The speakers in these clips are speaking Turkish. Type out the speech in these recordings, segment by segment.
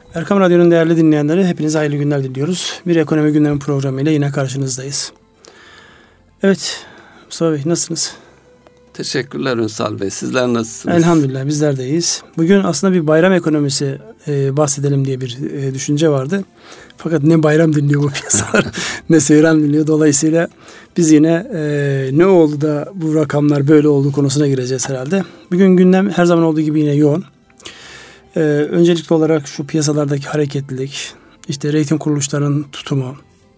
Erkam Radyo'nun değerli dinleyenleri, hepinize hayırlı günler diliyoruz. Bir ekonomi gündemi programıyla yine karşınızdayız. Evet, Mustafa Bey nasılsınız? Teşekkürler Ünsal Bey. Sizler nasılsınız? Elhamdülillah bizler de iyiyiz. Bugün aslında bir bayram ekonomisi bahsedelim diye bir düşünce vardı. Fakat ne bayram dinliyor bu piyasalar ne seyran dinliyor. Dolayısıyla biz yine ne oldu da bu rakamlar böyle oldu konusuna gireceğiz herhalde. Bugün gündem her zaman olduğu gibi yine yoğun. Öncelikli olarak şu piyasalardaki hareketlilik, işte reyting kuruluşlarının tutumu,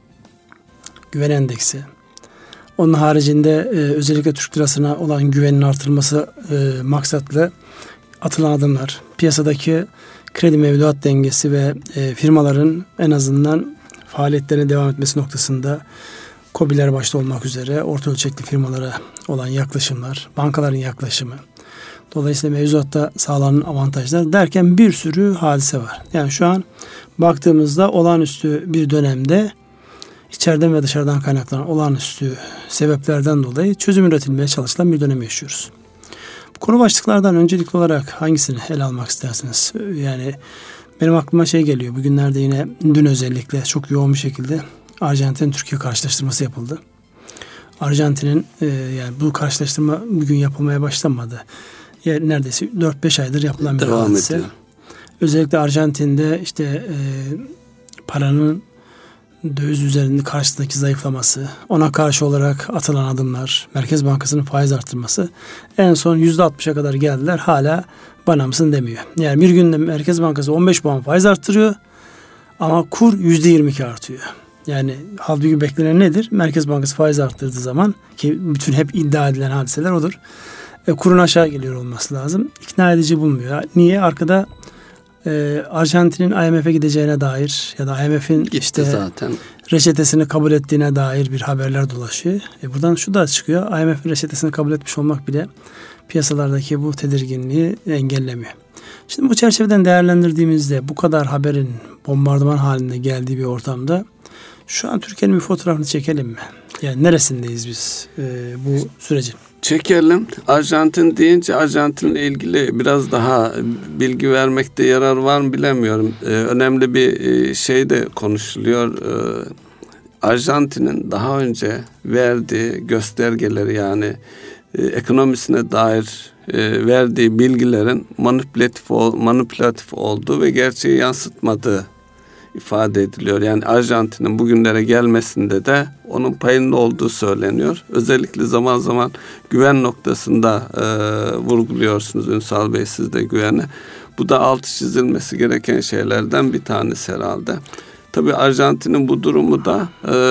güven endeksi, onun haricinde özellikle Türk lirasına olan güvenin artırılması maksatlı atılan adımlar, piyasadaki kredi mevduat dengesi ve firmaların en azından faaliyetlerine devam etmesi noktasında KOBİ'ler başta olmak üzere orta ölçekli firmalara olan yaklaşımlar, bankaların yaklaşımı, dolayısıyla mevzuatta sağlanan avantajlar derken bir sürü hadise var. Yani şu an baktığımızda olağanüstü bir dönemde içeriden ve dışarıdan kaynaklanan olağanüstü sebeplerden dolayı çözüm üretilmeye çalışılan bir dönem yaşıyoruz. Bu konu başlıklardan öncelikli olarak hangisini ele almak istersiniz? Yani benim aklıma geliyor. Bugünlerde yine dün özellikle çok yoğun bir şekilde Arjantin-Türkiye karşılaştırması yapıldı. Arjantin'in yani bu karşılaştırma bugün yapılmaya başlamadı. Yani neredeyse 4-5 aydır yapılan bir hadise. Ediyor. Özellikle Arjantin'de işte paranın döviz üzerinde karşısındaki zayıflaması, ona karşı olarak atılan adımlar, Merkez Bankası'nın faiz arttırması en son %60'a kadar geldiler. Hala bana mısın demiyor. Yani bir günde Merkez Bankası 15 puan faiz arttırıyor ama kur %22 artıyor. Yani halbuki beklenen nedir? Merkez Bankası faiz arttırdığı zaman ki bütün hep iddia edilen hadiseler odur. Kurun aşağı geliyor olması lazım. İkna edici bulmuyor. Niye? Arkada Arjantin'in IMF'e gideceğine dair ya da IMF'in işte zaten reçetesini kabul ettiğine dair bir haberler dolaşıyor. Buradan şu da çıkıyor. IMF'in reçetesini kabul etmiş olmak bile piyasalardaki bu tedirginliği engellemiyor. Şimdi bu çerçeveden değerlendirdiğimizde bu kadar haberin bombardıman halinde geldiği bir ortamda şu an Türkiye'nin bir fotoğrafını çekelim mi? Yani neresindeyiz biz bu sürecin? Çekelim. Arjantin deyince Arjantin'le ilgili biraz daha bilgi vermekte yarar var mı bilemiyorum. Önemli bir şey de konuşuluyor. Arjantin'in daha önce verdiği göstergeleri yani ekonomisine dair verdiği bilgilerin manipülatif olduğu ve gerçeği yansıtmadığı ifade ediliyor. Yani Arjantin'in bugünlere gelmesinde de onun payında olduğu söyleniyor. Özellikle zaman zaman güven noktasında vurguluyorsunuz Ünsal Bey, siz de güveni. Bu da altı çizilmesi gereken şeylerden bir tanesi herhalde. Tabii Arjantin'in bu durumu da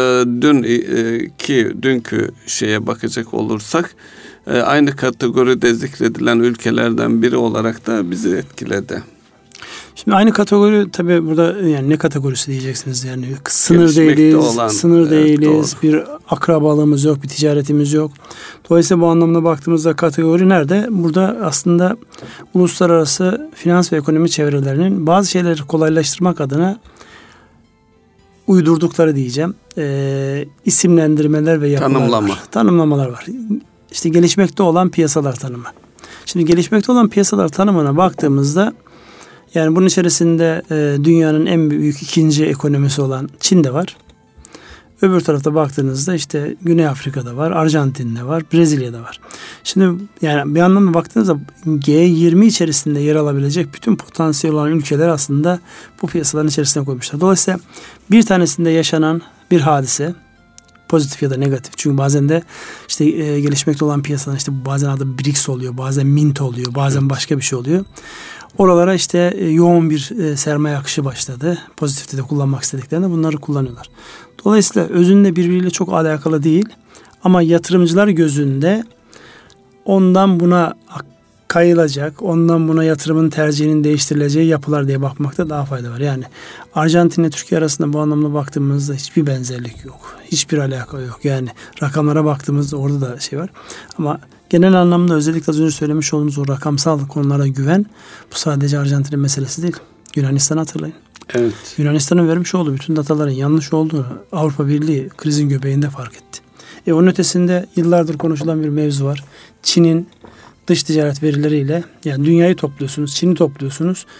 dünkü şeye bakacak olursak aynı kategoride zikredilen ülkelerden biri olarak da bizi etkiledi. Şimdi aynı kategori tabii burada yani ne kategorisi diyeceksiniz yani sınır değiliz, bir akrabalığımız yok, bir ticaretimiz yok. Dolayısıyla bu anlamda baktığımızda kategori nerede? Burada aslında uluslararası finans ve ekonomi çevrelerinin bazı şeyleri kolaylaştırmak adına uydurdukları diyeceğim isimlendirmeler ve yapılar tanımlamalar var. İşte gelişmekte olan piyasalar tanımı. Şimdi gelişmekte olan piyasalar tanımına baktığımızda yani bunun içerisinde dünyanın en büyük ikinci ekonomisi olan Çin de var. Öbür tarafta baktığınızda işte Güney Afrika'da var, Arjantin'de var, Brezilya'da var. Şimdi yani bir anlamda baktığınızda G20 içerisinde yer alabilecek bütün potansiyel olan ülkeler aslında bu piyasaların içerisine koymuşlar. Dolayısıyla bir tanesinde yaşanan bir hadise pozitif ya da negatif. Çünkü bazen de işte gelişmekte olan piyasalar işte bazen adı BRICS oluyor, bazen Mint oluyor, bazen başka bir şey oluyor. Oralara işte yoğun bir sermaye akışı başladı. Pozitifte de kullanmak istediklerinde bunları kullanıyorlar. Dolayısıyla özünde birbiriyle çok alakalı değil. Ama yatırımcılar gözünde ondan buna kayılacak, ondan buna yatırımın tercihinin değiştirileceği yapılar diye bakmakta daha fayda var. Yani Arjantin ile Türkiye arasında bu anlamda baktığımızda hiçbir benzerlik yok. Hiçbir alaka yok. Yani rakamlara baktığımızda orada da şey var. Ama genel anlamda özellikle az önce söylemiş olduğumuz o rakamsal konulara güven bu sadece Arjantin'in meselesi değil. Yunanistan'ı hatırlayın. Evet. Yunanistan'ın vermiş olduğu bütün dataların yanlış olduğunu Avrupa Birliği krizin göbeğinde fark etti. Onun ötesinde yıllardır konuşulan bir mevzu var. Çin'in dış ticaret verileriyle yani dünyayı topluyorsunuz, Çin'i topluyorsunuz.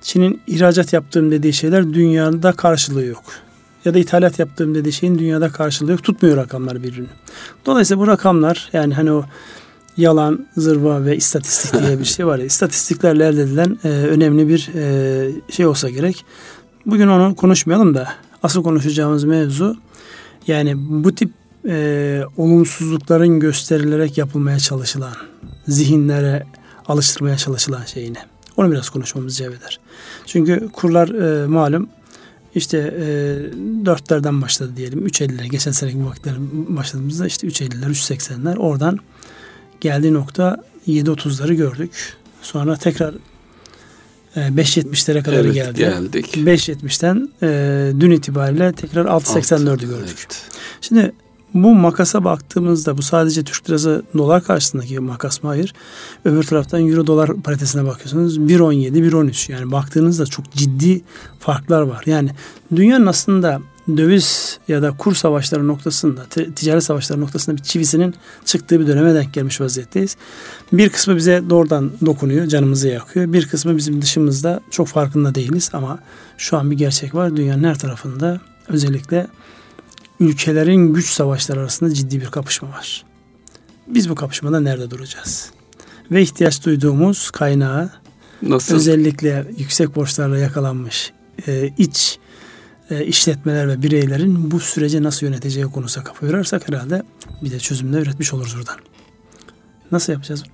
Çin'in ihracat yaptığım dediği şeyler dünyada karşılığı yok. Ya da ithalat yaptığım dediği şeyin dünyada karşılığı yok. Tutmuyor rakamlar birbirini. Dolayısıyla bu rakamlar, yani hani o yalan, zırva ve istatistik diye bir şey var ya. İstatistiklerle elde edilen önemli bir şey olsa gerek. Bugün onu konuşmayalım da asıl konuşacağımız mevzu, yani bu tip olumsuzlukların gösterilerek yapılmaya çalışılan, zihinlere alıştırmaya çalışılan şeyini. Onu biraz konuşmamız icap eder. Çünkü kurlar malum işte 4'lerden başladı diyelim. 3.50'ler. Geçen seneki bu vakitler başladığımızda işte 3.50'ler, 3.80'ler. Oradan geldiği nokta 7.30'ları gördük. Sonra tekrar 5.70'lere kadar geldik. 5.70'ten dün itibariyle tekrar 6.84'ü gördük. Evet. Şimdi bu makasa baktığımızda bu sadece Türk lirası dolar karşısındaki makas mı? Hayır. Öbür taraftan euro dolar paritesine bakıyorsunuz. 1.17, 1.13. Yani baktığınızda çok ciddi farklar var. Yani dünyanın aslında döviz ya da kur savaşları noktasında, ticaret savaşları noktasında bir çivisinin çıktığı bir döneme denk gelmiş vaziyetteyiz. Bir kısmı bize doğrudan dokunuyor, canımızı yakıyor. Bir kısmı bizim dışımızda, çok farkında değiliz ama şu an bir gerçek var. Dünyanın her tarafında özellikle ülkelerin güç savaşları arasında ciddi bir kapışma var. Biz bu kapışmada nerede duracağız? Ve ihtiyaç duyduğumuz kaynağı, nasıl? Özellikle yüksek borçlarla yakalanmış iç işletmeler ve bireylerin bu süreci nasıl yöneteceği konusuna kafa yorarsak herhalde bir de çözümler üretmiş oluruz buradan. Nasıl yapacağız?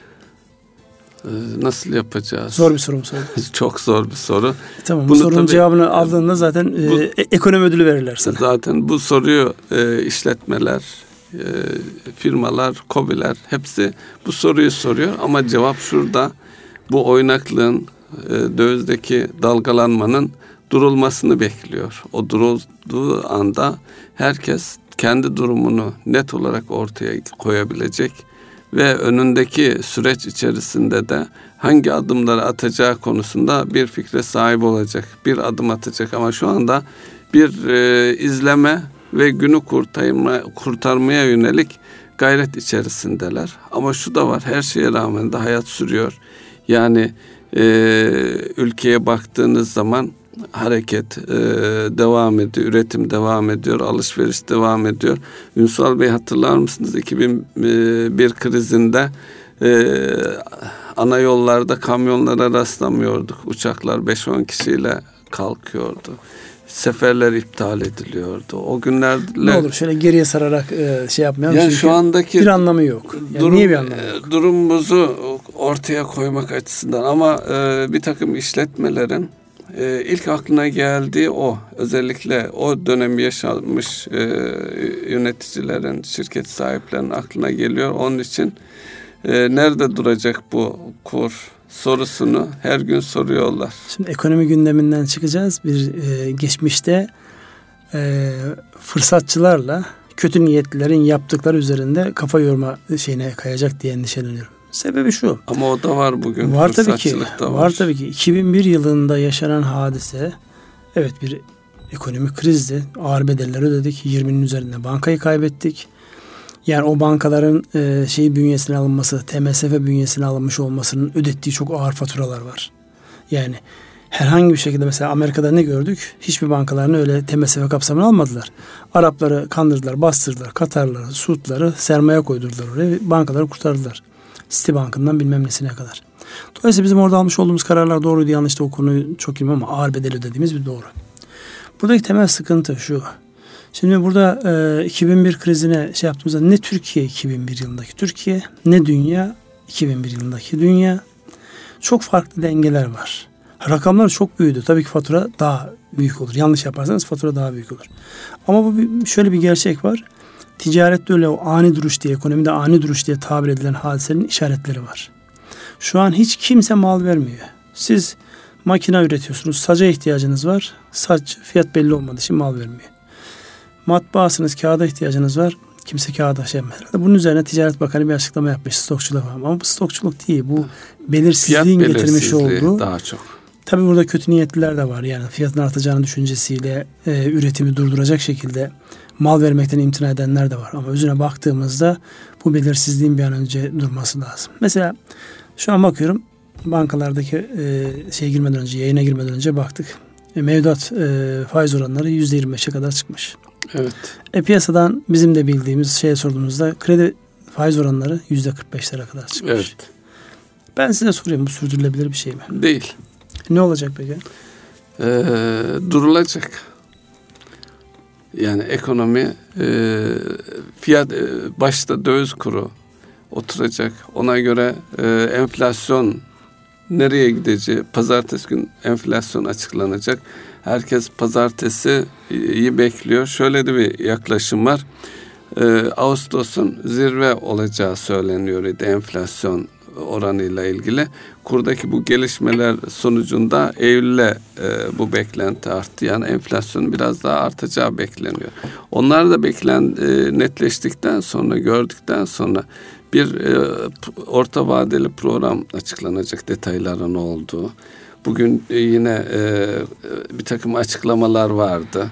Nasıl yapacağız? Zor bir soru mu sordun? Çok zor bir soru. Tamam, bu sorunun cevabını aldığında zaten ekonomi ödülü verirler sana. Zaten bu soruyu işletmeler, firmalar, KOBİ'ler hepsi bu soruyu soruyor ama cevap şurada. Bu oynaklığın, dövizdeki dalgalanmanın durulmasını bekliyor. O durulduğu anda herkes kendi durumunu net olarak ortaya koyabilecek ve önündeki süreç içerisinde de hangi adımları atacağı konusunda bir fikre sahip olacak, bir adım atacak. Ama şu anda bir izleme ve günü kurtarmaya yönelik gayret içerisindeler. Ama şu da var, her şeye rağmen de hayat sürüyor. Yani ülkeye baktığınız zaman hareket devam ediyor, üretim devam ediyor, alışveriş devam ediyor. Ünsal Bey, hatırlar mısınız? 2001 krizinde ana yollarda kamyonlara rastlamıyorduk. Uçaklar 5-10 kişiyle kalkıyordu. Seferler iptal ediliyordu. O günlerde ne olur şöyle geriye sararak şey yapmayalım. Yani şu andaki bir anlamı yok. Yani niye bir anlamı yok? Durumumuzu ortaya koymak açısından ama bir takım işletmelerin ilk aklına geldiği o. Özellikle o dönemi yaşamış yöneticilerin, şirket sahiplerinin aklına geliyor. Onun için nerede duracak bu kur sorusunu her gün soruyorlar. Şimdi ekonomi gündeminden çıkacağız. Bir geçmişte fırsatçılarla kötü niyetlilerin yaptıkları üzerinde kafa yorma şeyine kayacak diye endişeleniyorum. Sebebi şu. Ama o da var bugün. Var tabii ki. Var tabii ki. 2001 yılında yaşanan hadise, evet, bir ekonomik krizdi. Ağır bedeller ödedik. 20'nin üzerinde bankayı kaybettik. Yani o bankaların bünyesine alınması, TMSF bünyesine alınmış olmasının ödettiği çok ağır faturalar var. Yani herhangi bir şekilde mesela Amerika'da ne gördük? Hiçbir bankalarını öyle TMSF kapsamına almadılar. Arapları kandırdılar, bastırdılar. Katarları, Suudları sermaye koydurdular oraya. Bankaları kurtardılar. Citibank'ından bilmem nesine kadar. Dolayısıyla bizim orada almış olduğumuz kararlar doğruydu, yanlıştı, o konuyu çok bilmem ama ağır bedel ödediğimiz bir doğru. Buradaki temel sıkıntı şu. Şimdi burada 2001 krizine yaptığımızda ne Türkiye 2001 yılındaki Türkiye, ne dünya 2001 yılındaki dünya, çok farklı dengeler var. Rakamlar çok büyüdü. Tabii ki fatura daha büyük olur. Yanlış yaparsanız fatura daha büyük olur. Ama şöyle bir gerçek var. Ticarette öyle o ani duruş diye, ekonomide ani duruş diye tabir edilen hadisenin işaretleri var. Şu an hiç kimse mal vermiyor. Siz makine üretiyorsunuz, saca ihtiyacınız var. Saç fiyat belli olmadığı için mal vermiyor. Matbaasınız, kağıda ihtiyacınız var. Kimse kağıda yapmıyor. Bunun üzerine Ticaret Bakanı bir açıklama yapmış. Stokçuluk var. Ama bu stokçuluk değil. Bu belirsizliğin getirmiş olduğu. Daha çok. Tabii burada kötü niyetliler de var. Yani fiyatın artacağını düşüncesiyle üretimi durduracak şekilde mal vermekten imtina edenler de var. Ama özüne baktığımızda bu belirsizliğin bir an önce durması lazım. Mesela şu an bakıyorum, bankalardaki yayına girmeden önce baktık. Mevduat faiz oranları %25'e kadar çıkmış. Evet. Piyasadan bizim de bildiğimiz şeye sorduğumuzda kredi faiz oranları %45'lere kadar çıkmış. Evet. Ben size sorayım, bu sürdürülebilir bir şey mi? Değil. Ne olacak peki? Durulacak. Yani ekonomi fiyat başta döviz kuru oturacak. Ona göre enflasyon nereye gideceği, pazartesi gün enflasyon açıklanacak. Herkes pazartesiyi bekliyor. Şöyle de bir yaklaşım var. Ağustos'un zirve olacağı söyleniyor enflasyon oranıyla ilgili. Kurdaki bu gelişmeler sonucunda Eylül'e bu beklenti arttı. Yani enflasyonun biraz daha artacağı bekleniyor. Onlar da netleştikten sonra, gördükten sonra bir orta vadeli program açıklanacak, detayların olduğu. Bugün yine bir takım açıklamalar vardı.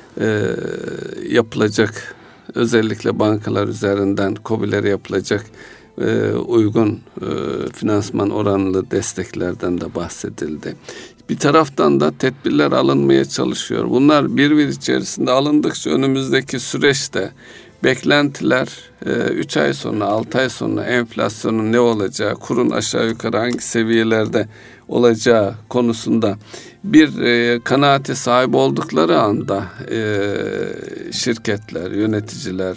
Yapılacak, özellikle bankalar üzerinden KOBİ'lere yapılacak uygun finansman oranlı desteklerden de bahsedildi. Bir taraftan da tedbirler alınmaya çalışıyor. Bunlar bir içerisinde alındıkça önümüzdeki süreçte beklentiler 3 ay sonra, 6 ay sonra enflasyonun ne olacağı, kurun aşağı yukarı hangi seviyelerde olacağı konusunda bir kanaate sahip oldukları anda şirketler, yöneticiler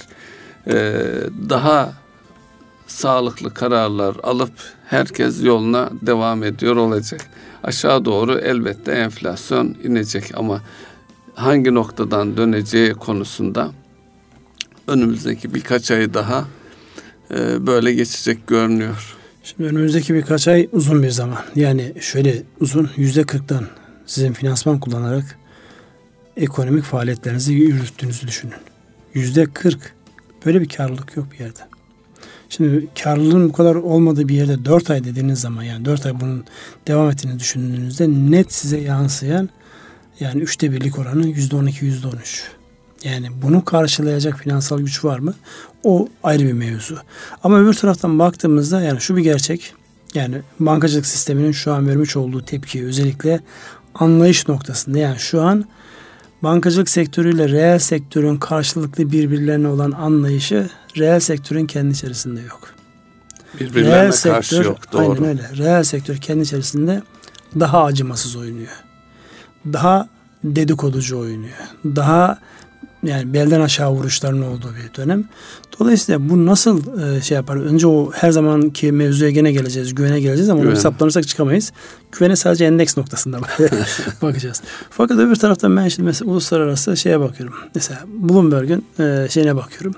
daha sağlıklı kararlar alıp herkes yoluna devam ediyor olacak. Aşağı doğru elbette enflasyon inecek ama hangi noktadan döneceği konusunda önümüzdeki birkaç ay daha böyle geçecek görünüyor. Şimdi önümüzdeki birkaç ay uzun bir zaman. Yani şöyle uzun, %40'tan sizin finansman kullanarak ekonomik faaliyetlerinizi yürüttüğünüzü düşünün. %40. Böyle bir karlılık yok bir yerde. Şimdi karlılığın bu kadar olmadığı bir yerde 4 ay dediğiniz zaman, yani 4 ay bunun devam ettiğini düşündüğünüzde net size yansıyan yani 1/3 oranı %12, %13. Yani bunu karşılayacak finansal güç var mı? O ayrı bir mevzu. Ama öbür taraftan baktığımızda yani şu bir gerçek. Yani bankacılık sisteminin şu an vermiş olduğu tepki özellikle anlayış noktasında. Yani şu an bankacılık sektörüyle reel sektörün karşılıklı birbirlerine olan anlayışı reel sektörün kendi içerisinde yok. Birbirlerine reel karşı sektör, yok. Doğru. Aynen öyle. Reel sektör kendi içerisinde daha acımasız oynuyor. Daha dedikoducu oynuyor. Daha yani belden aşağı vuruşların olduğu bir dönem. Dolayısıyla bu nasıl yapar? Önce o her zamanki mevzuya gene geleceğiz. Güvene geleceğiz ama onu hesaplanırsak çıkamayız. Güvene sadece endeks noktasında bakacağız. Fakat öbür taraftan ben şimdi mesela uluslararası şeye bakıyorum. Mesela Bloomberg'ün şeyine bakıyorum.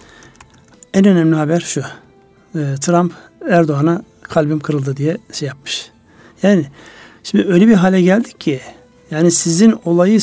En önemli haber şu. Trump Erdoğan'a kalbim kırıldı diye şey yapmış. Yani şimdi öyle bir hale geldik ki yani sizin olayı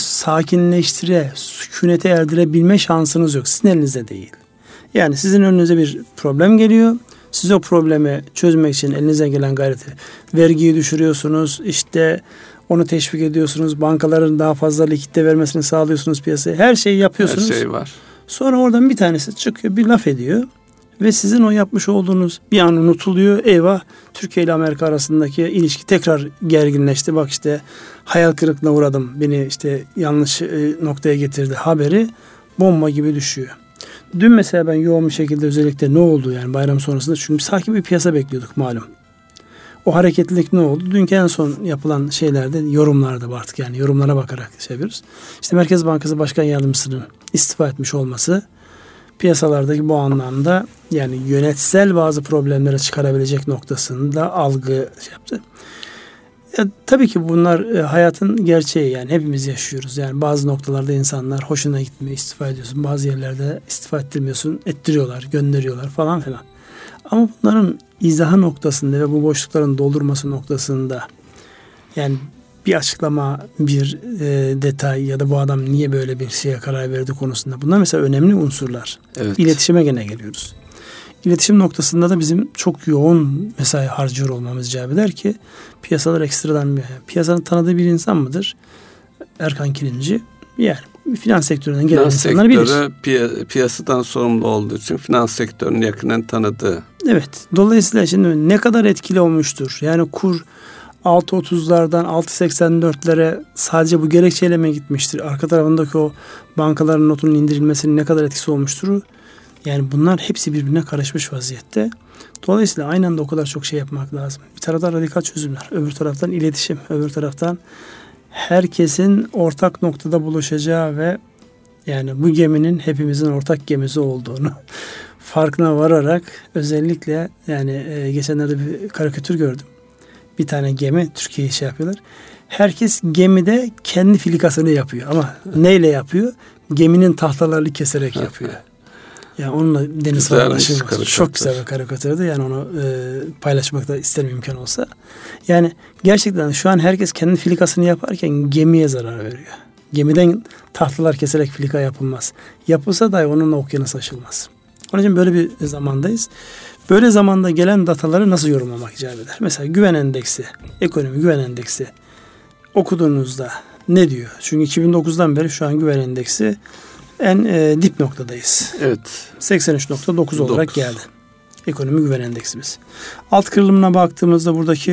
sükunete erdirebilme şansınız yok. Sizin elinizde değil. Yani sizin önünüze bir problem geliyor. Siz o problemi çözmek için elinizden gelen gayreti, vergiyi düşürüyorsunuz, işte onu teşvik ediyorsunuz, bankaların daha fazla likitte vermesini sağlıyorsunuz piyasaya. Her şeyi yapıyorsunuz. Her şey var. Sonra oradan bir tanesi çıkıyor, bir laf ediyor ve sizin o yapmış olduğunuz bir an unutuluyor. Eyvah, Türkiye ile Amerika arasındaki ilişki tekrar gerginleşti. Bak işte hayal kırıklığına uğradım. Beni işte yanlış noktaya getirdi haberi bomba gibi düşüyor. Dün mesela ben yoğun bir şekilde özellikle ne oldu yani bayram sonrasında, çünkü sakin bir piyasa bekliyorduk malum. O hareketlilik ne oldu? Dünkü en son yapılan şeylerde, yorumlarda artık yani yorumlara bakarak şey yapıyoruz. İşte Merkez Bankası Başkan Yardımcısının istifa etmiş olması piyasalardaki bu anlamda yani yönetsel bazı problemlere çıkarabilecek noktasında algı şey yaptı. Ya, tabii ki bunlar hayatın gerçeği, yani hepimiz yaşıyoruz. Yani bazı noktalarda insanlar hoşuna gitmiyor, istifa ediyorsun. Bazı yerlerde istifa ettirmiyorsun, ettiriyorlar, gönderiyorlar falan filan. Ama bunların izahı noktasında ve bu boşlukların doldurması noktasında yani bir açıklama, bir detay ya da bu adam niye böyle bir şeye karar verdi konusunda, bunlar mesela önemli unsurlar. Evet. İletişime gene geliyoruz. İletişim noktasında da bizim çok yoğun mesai harcıyor olmamız icap eder ki piyasalar ekstradan piyasanın tanıdığı bir insan mıdır? Erkan Kilinci. Yani finans sektöründen gelen insanlar bilir. Piyasadan sorumlu olduğu için finans sektörünün yakından tanıdığı Evet. Dolayısıyla şimdi ne kadar etkili olmuştur? Yani kur 6.30'lardan 6.84'lere sadece bu gerekçeyle mi gitmiştir? Arka tarafındaki o bankaların notunun indirilmesinin ne kadar etkisi olmuştur? Yani bunlar hepsi birbirine karışmış vaziyette. Dolayısıyla aynı anda o kadar çok şey yapmak lazım. Bir taraftan radikal çözümler, öbür taraftan iletişim, öbür taraftan herkesin ortak noktada buluşacağı ve yani bu geminin hepimizin ortak gemisi olduğunu farkına vararak özellikle yani geçenlerde bir karikatür gördüm. Bir tane gemi Türkiye'ye şey yapıyorlar. Herkes gemide kendi filikasını yapıyor ama neyle yapıyor? Geminin tahtalarını keserek yapıyor. Yani onunla deniz falan aşılmaz. Çok güzel bir karikatürdü. Yani onu paylaşmak da isterim imkan olsa. Yani gerçekten şu an herkes kendi filikasını yaparken gemiye zarar veriyor. Gemiden tahtalar keserek filika yapılmaz. Yapılsa dahi onunla okyanus aşılmaz. Onun için böyle bir zamandayız. Böyle zamanda gelen dataları nasıl yorumlamak icap eder? Mesela güven endeksi, ekonomi güven endeksi okuduğunuzda ne diyor? Çünkü 2009'dan beri şu an güven endeksi en dip noktadayız. Evet. 83.9 olarak geldi. Ekonomi güven endeksimiz. Alt kırılımına baktığımızda buradaki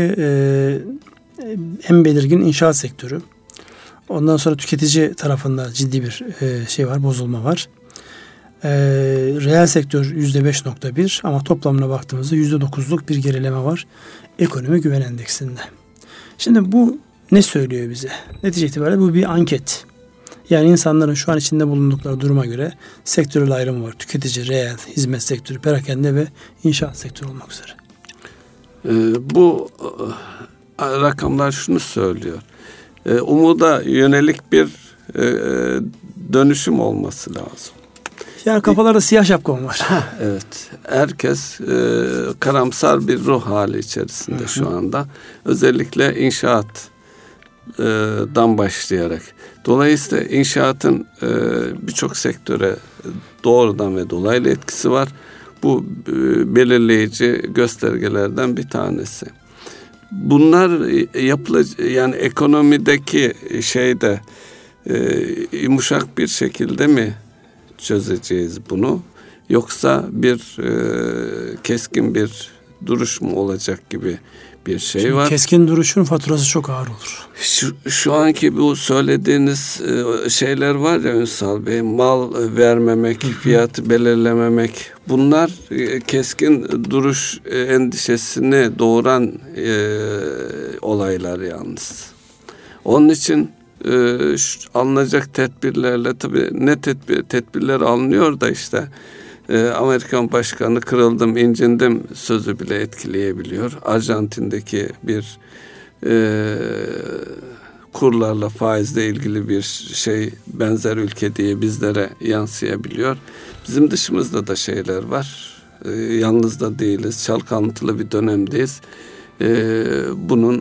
en belirgin inşaat sektörü. Ondan sonra tüketici tarafında ciddi bir şey var, bozulma var. Reel sektör %5.1 ama toplamına baktığımızda %9'luk bir gerileme var ekonomi güven endeksinde. Şimdi bu ne söylüyor bize? Netice itibariyle bu bir anket. Yani insanların şu an içinde bulundukları duruma göre sektörel ayrımı var. Tüketici, reel, hizmet sektörü, perakende ve inşaat sektörü olmak üzere. Bu rakamlar şunu söylüyor. Umuda yönelik bir dönüşüm olması lazım. Yani kafalarda siyah şapka var. Evet. Herkes karamsar bir ruh hali içerisinde şu anda. Özellikle inşaattan başlayarak. Dolayısıyla inşaatın birçok sektöre doğrudan ve dolaylı etkisi var. Bu belirleyici göstergelerden bir tanesi. Bunlar yani ekonomideki şeyde yumuşak bir şekilde mi çözeceğiz bunu? Yoksa bir keskin bir duruş mu olacak gibi bir şey şimdi var. Keskin duruşun faturası çok ağır olur. Şu anki bu söylediğiniz şeyler var ya Ünsal Bey, mal vermemek, fiyatı belirlememek, bunlar keskin duruş endişesini doğuran olaylar yalnız. Onun için alınacak tedbirlerle tabii ne tedbirler alınıyor da işte Amerikan başkanı kırıldım, incindim sözü bile etkileyebiliyor. Arjantin'deki bir kurlarla faizle ilgili bir şey benzer ülke diye bizlere yansıyabiliyor. Bizim dışımızda da şeyler var. Yalnız da değiliz. Çalkantılı bir dönemdeyiz. Bunun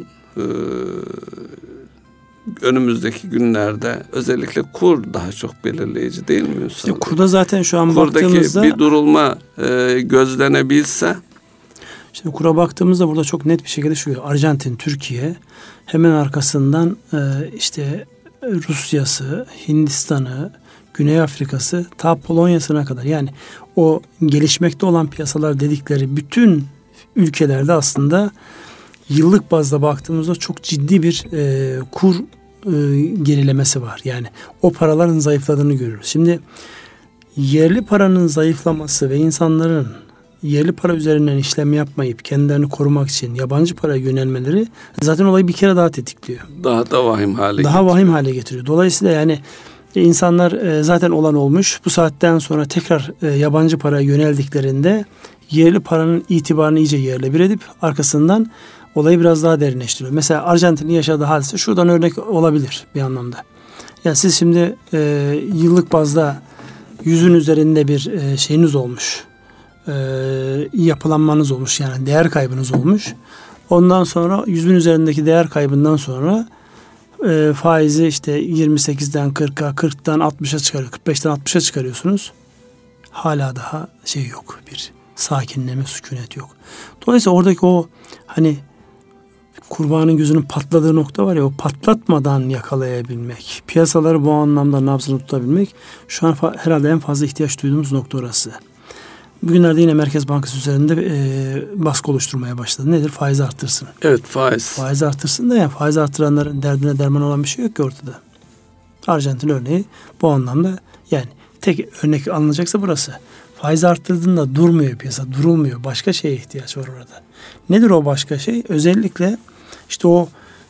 önümüzdeki günlerde özellikle kur daha çok belirleyici değil mi? İşte kurda zaten şu an kurdaki baktığımızda bir durulma gözlenebilse. Şimdi kura baktığımızda burada çok net bir şekilde şu: Arjantin, Türkiye, hemen arkasından işte Rusya'sı, Hindistan'ı, Güney Afrika'sı, ta Polonya'sına kadar, yani o gelişmekte olan piyasalar dedikleri bütün ülkelerde aslında yıllık bazda baktığımızda çok ciddi bir kur gerilemesi var. Yani o paraların zayıfladığını görüyoruz. Şimdi yerli paranın zayıflaması ve insanların yerli para üzerinden işlem yapmayıp kendilerini korumak için yabancı paraya yönelmeleri zaten olayı bir kere daha tetikliyor. Daha da vahim hale getiriyor. Vahim hale getiriyor. Dolayısıyla yani insanlar zaten olan olmuş. Bu saatten sonra tekrar yabancı paraya yöneldiklerinde yerli paranın itibarını iyice yerle bir edip arkasından olayı biraz daha derinleştiriyor. Mesela Arjantin'in yaşadığı hadise şuradan örnek olabilir bir anlamda. Yani siz şimdi yıllık bazda 100'ün üzerinde bir şeyiniz olmuş. Yapılanmanız olmuş, yani değer kaybınız olmuş. Ondan sonra 100'ün üzerindeki değer kaybından sonra faizi işte 28'den 40'a, 40'tan 60'a çıkarıyor. 45'ten 60'a çıkarıyorsunuz. Hala daha şey yok. Bir sakinleme, sükunet yok. Dolayısıyla oradaki o hani kurbanın gözünün patladığı nokta var ya, o patlatmadan yakalayabilmek, piyasaları bu anlamda nabzını tutabilmek şu an herhalde en fazla ihtiyaç duyduğumuz nokta orası. Bugünlerde yine Merkez Bankası üzerinde baskı oluşturmaya başladı. Nedir? Faizi arttırsın. Evet, faiz. Faizi arttırsın da yani faizi arttıranların derdine derman olan bir şey yok ki ortada. Arjantin örneği bu anlamda, yani tek örnek alınacaksa burası. Faizi arttırdığında durmuyor piyasa, durulmuyor. Başka şeye ihtiyaç var orada. Nedir o başka şey? Özellikle işte o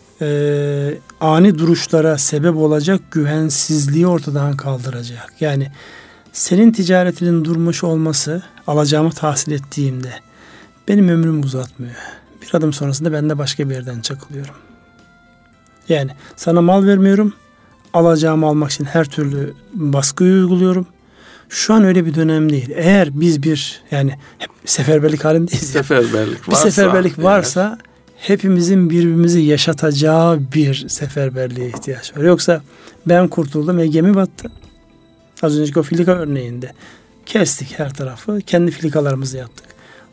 ani duruşlara sebep olacak güvensizliği ortadan kaldıracak. Yani senin ticaretinin durmuş olması, alacağımı tahsil ettiğimde benim ömrümü uzatmıyor. Bir adım sonrasında ben de başka bir yerden çakılıyorum. Yani sana mal vermiyorum, alacağımı almak için her türlü baskıyı uyguluyorum. Şu an öyle bir dönem değil. Eğer biz yani hep seferberlik halindeyiz. Seferberlik varsa, bir seferberlik varsa hepimizin birbirimizi yaşatacağı bir seferberliğe ihtiyaç var. Yoksa ben kurtuldum, gemi battı. Az önceki o filika örneğinde kestik her tarafı. Kendi filikalarımızı yaptık.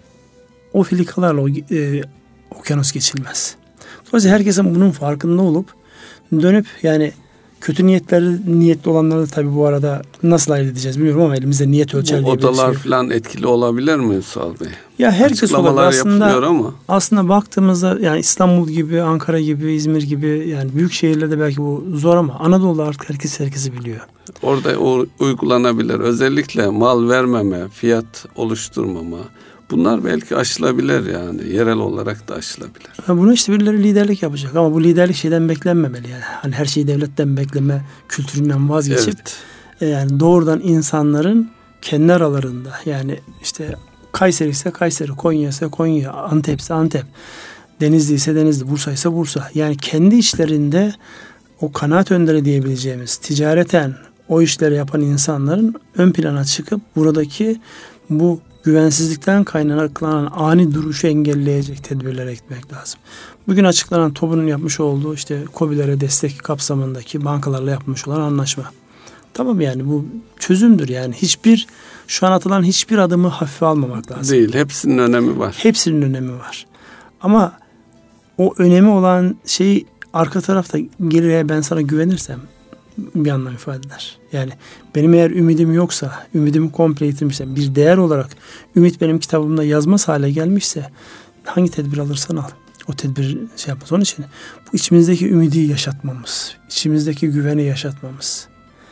O filikalarla okyanus geçilmez. Dolayısıyla herkesin bunun farkında olup dönüp, yani kötü niyetli olanları da tabii bu arada nasıl ayırt edeceğiz bilmiyorum ama elimizde niyet ölçer diye bir şey. Bu odalar falan etkili olabilir mi Ünsal Bey? Ya herkes olabilir ama. Aslında baktığımızda yani İstanbul gibi, Ankara gibi, İzmir gibi, yani büyük şehirlerde belki bu zor ama Anadolu'da artık herkesi biliyor. Orada uygulanabilir. Özellikle mal vermeme, fiyat oluşturmama. Bunlar belki aşılabilir yani. Yerel olarak da aşılabilir. Bunu işte birileri liderlik yapacak ama bu liderlik şeyden beklenmemeli yani. Hani her şeyi devletten bekleme kültüründen vazgeçip yani doğrudan insanların kendi aralarında, yani işte Kayseri ise Kayseri, Konya ise Konya, Antep ise Antep, Denizli ise Denizli, Bursa ise Bursa. Yani kendi içlerinde o kanaat önderi diyebileceğimiz, ticareten o işleri yapan insanların ön plana çıkıp buradaki bu güvensizlikten kaynaklanan ani duruşu engelleyecek tedbirlere gitmek lazım. Bugün açıklanan TOB'un yapmış olduğu işte KOBİ'lere destek kapsamındaki bankalarla yapmış olan anlaşma. Tamam, yani bu çözümdür yani. Şu an atılan hiçbir adımı hafife almamak lazım. Değil, hepsinin önemi var. Hepsinin önemi var. Ama o önemi olan şeyi arka tarafta gelir, ben sana güvenirsem bir anlam ifade eder. Yani benim eğer ümidim yoksa, ümidimi komple yitirmişsem, bir değer olarak ümit benim kitabımda yazmaz hale gelmişse hangi tedbir alırsan al, o tedbir yapmaz. Onun için bu içimizdeki ümidi yaşatmamız, içimizdeki güveni yaşatmamız.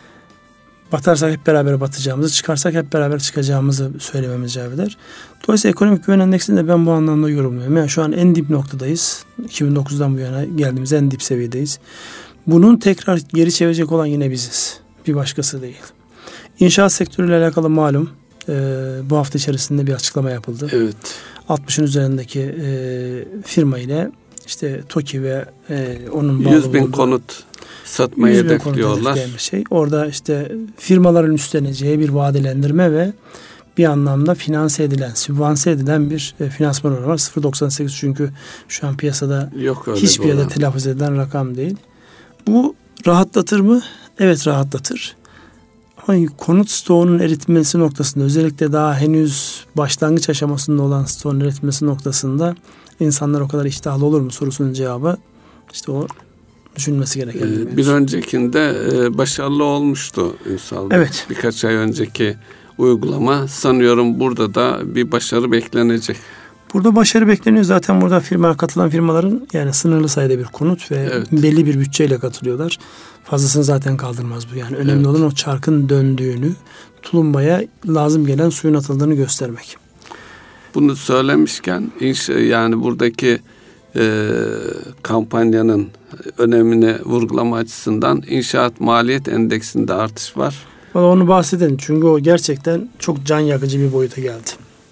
Batarsak hep beraber batacağımızı, çıkarsak hep beraber çıkacağımızı söylememiz icap eder. Dolayısıyla ekonomik güven endeksini de ben bu anlamda yorumluyorum. Yani şu an en dip noktadayız. 2009'dan bu yana geldiğimiz en dip seviyedeyiz. Bunun tekrar geri çevirecek olan yine biziz. Bir başkası değil. İnşaat sektörüyle alakalı malum bu hafta içerisinde bir açıklama yapıldı. Evet. 60'ın üzerindeki firma ile işte TOKİ ve onun bağlı 100.000 konut satmayı hedefliyorlar. Şey. Orada işte firmaların üstleneceği bir vadelendirme ve bir anlamda finanse edilen, sübvanse edilen bir finansman oranı var. 0.98 çünkü şu an piyasada hiçbir yerde telaffuz edilen rakam değil. Bu rahatlatır mı? Evet, rahatlatır. Ama konut stoğunun eritmesi noktasında, özellikle daha henüz başlangıç aşamasında olan stoğun eritmesi noktasında insanlar o kadar iştahlı olur mu sorusunun cevabı işte o düşünmesi gereken bir öncekinde başarılı olmuştu Ünsal Bey. Evet. Birkaç ay önceki uygulama, sanıyorum burada da bir başarı beklenecek. Burada başarı bekleniyor. Zaten burada katılan firmaların yani sınırlı sayıda bir konut ve belli bir bütçeyle katılıyorlar. Fazlasını zaten kaldırmaz bu. Yani önemli olan o çarkın döndüğünü, tulumbaya lazım gelen suyun atıldığını göstermek. Bunu söylemişken yani buradaki kampanyanın önemini vurgulama açısından inşaat maliyet endeksinde artış var. Onu bahsedelim çünkü o gerçekten çok can yakıcı bir boyuta geldi.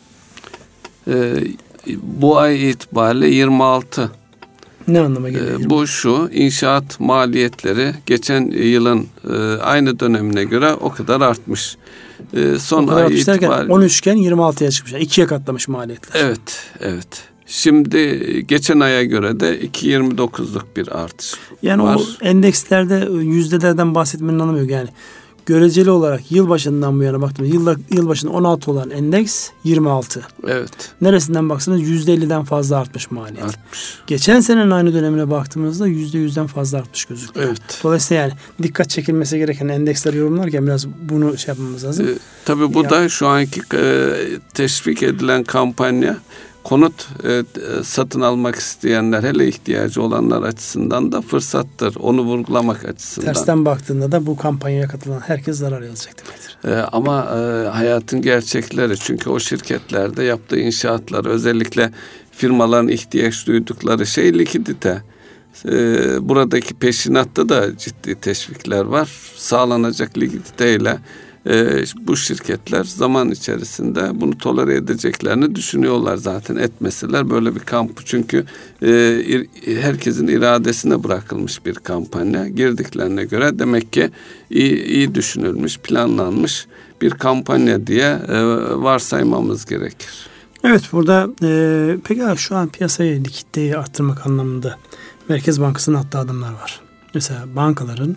Bu ay itibariyle 26. Ne anlama geliyor? Bu şu: inşaat maliyetleri geçen yılın aynı dönemine göre o kadar artmış. Son ay itibariyle 13 iken 26'ya çıkmış. Yani 2'ye katlamış maliyetler. Evet. Şimdi geçen aya göre de 2.29'luk bir artış yani var. O endekslerde yüzdelerden bahsetmenin anlamı yok. Yani göreceli olarak yılbaşından bu yana baktığımda yılbaşında 16 olan endeks 26. Evet. Neresinden baksanız %50'den fazla artmış maliyet. Artmış. Geçen senenin aynı dönemine baktığımızda %100'den fazla artmış gözüküyor. Evet. Dolayısıyla yani dikkat çekilmesi gereken endeksleri yorumlarken biraz bunu şey yapmamız lazım. Tabii bu da şu anki teşvik edilen kampanya konut satın almak isteyenler, hele ihtiyacı olanlar açısından da fırsattır. Onu vurgulamak açısından. Tersten baktığında da bu kampanyaya katılan herkes zarar yazacak demektir. Ama hayatın gerçekleri, çünkü o şirketlerde yaptığı inşaatlar, özellikle firmaların ihtiyaç duydukları şey likidite. Buradaki peşinatta da ciddi teşvikler var. Sağlanacak likiditeyle bu şirketler zaman içerisinde bunu tolere edeceklerini düşünüyorlar zaten. Etmeseler böyle bir kamp, çünkü herkesin iradesine bırakılmış bir kampanya. Girdiklerine göre demek ki iyi düşünülmüş, planlanmış bir kampanya diye varsaymamız gerekir. Evet, burada peki şu an piyasayı, likiditeyi arttırmak anlamında Merkez Bankası'nın attığı adımlar var. Mesela bankaların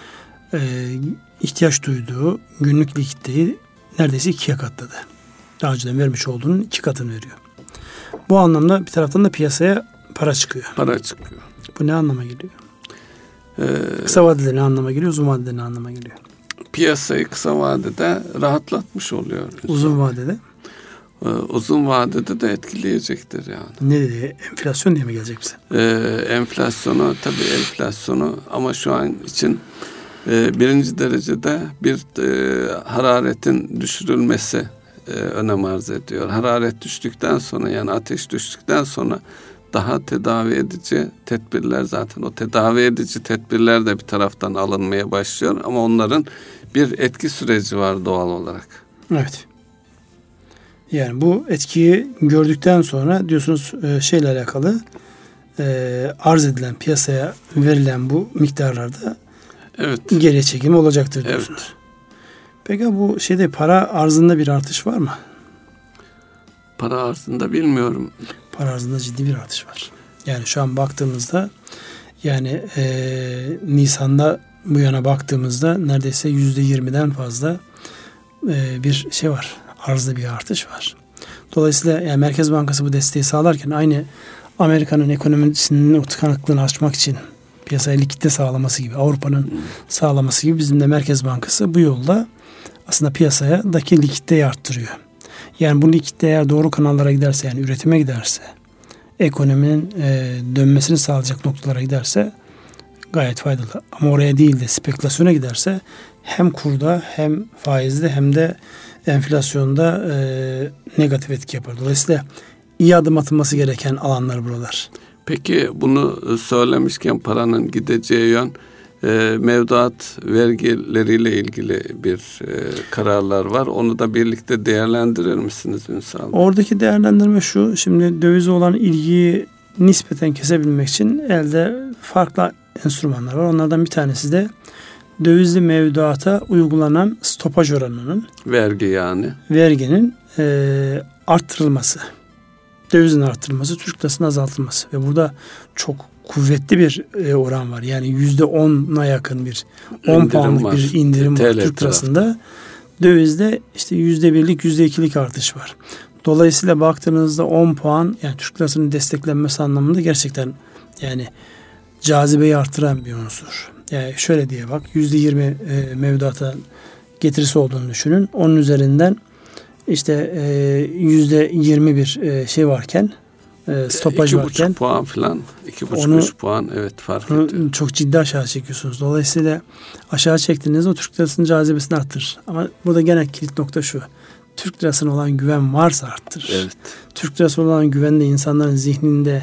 ihtiyaç duyduğu günlük likiditeyi neredeyse 2'ye katladı. Daha önceden vermiş olduğunun 2 katını veriyor. Bu anlamda bir taraftan da piyasaya para çıkıyor. Para çıkıyor. Bu ne anlama geliyor? Kısa vadede ne anlama geliyor? Uzun vadede ne anlama geliyor? Piyasayı kısa vadede rahatlatmış oluyor. Uzun vadede? Uzun vadede de etkileyecektir yani. Ne dedi? Enflasyon diye mi gelecek bize? Enflasyonu ama şu an için birinci derecede bir hararetin düşürülmesi önem arz ediyor. Hararet düştükten sonra, yani ateş düştükten sonra daha tedavi edici tedbirler, zaten o tedavi edici tedbirler de bir taraftan alınmaya başlıyor ama onların bir etki süreci var doğal olarak. Evet. Yani bu etkiyi gördükten sonra diyorsunuz şeyle alakalı arz edilen, piyasaya verilen bu miktarlarda geriye çekilme olacaktır diyorsunuz. Evet. Peki bu para arzında bir artış var mı? Para arzında bilmiyorum. Para arzında ciddi bir artış var. Yani şu an baktığımızda, yani Nisan'da bu yana baktığımızda neredeyse %20'den fazla bir şey var. Arzda bir artış var. Dolayısıyla yani Merkez Bankası bu desteği sağlarken aynı Amerika'nın ekonomisinin o tıkanıklığını açmak için piyasaya likidite sağlaması gibi, Avrupa'nın sağlaması gibi bizim de Merkez Bankası bu yolda aslında piyasadaki likiditeyi arttırıyor. Yani bu likidite eğer doğru kanallara giderse, yani üretime giderse, ekonominin dönmesini sağlayacak noktalara giderse gayet faydalı. Ama oraya değil de spekülasyona giderse hem kurda hem faizde hem de enflasyonda negatif etki yapar. Dolayısıyla iyi adım atılması gereken alanlar buralar. Peki bunu söylemişken paranın gideceği yön, mevduat vergileriyle ilgili bir kararlar var. Onu da birlikte değerlendirir misiniz Ünsal? Oradaki değerlendirme şu: şimdi dövize olan ilgiyi nispeten kesebilmek için elde farklı enstrümanlar var. Onlardan bir tanesi de dövizli mevduata uygulanan stopaj oranının, verginin arttırılması. Dövizin arttırılması, Türk lirasının azaltılması ve burada çok kuvvetli bir oran var. Yani %10'a yakın bir 10 puanlık bir indirim var Türk lirasında. Dövizde işte %1'lik %2'lik artış var. Dolayısıyla baktığınızda 10 puan, yani Türk lirasının desteklenmesi anlamında gerçekten yani cazibeyi artıran bir unsur. Yani şöyle diye bak, %20 mevduata getirisi olduğunu düşünün. Onun üzerinden işte %20 bir şey varken, stopaj varken 2,5 puan falan, 2,5-3 puan fark ediyor. Çok ciddi aşağı çekiyorsunuz. Dolayısıyla aşağı çektiğinizde o Türk lirasının cazibesini arttırır. Ama burada gene kilit nokta şu: Türk lirasına olan güven varsa arttırır. Evet. Türk lirasına olan güven de insanların zihninde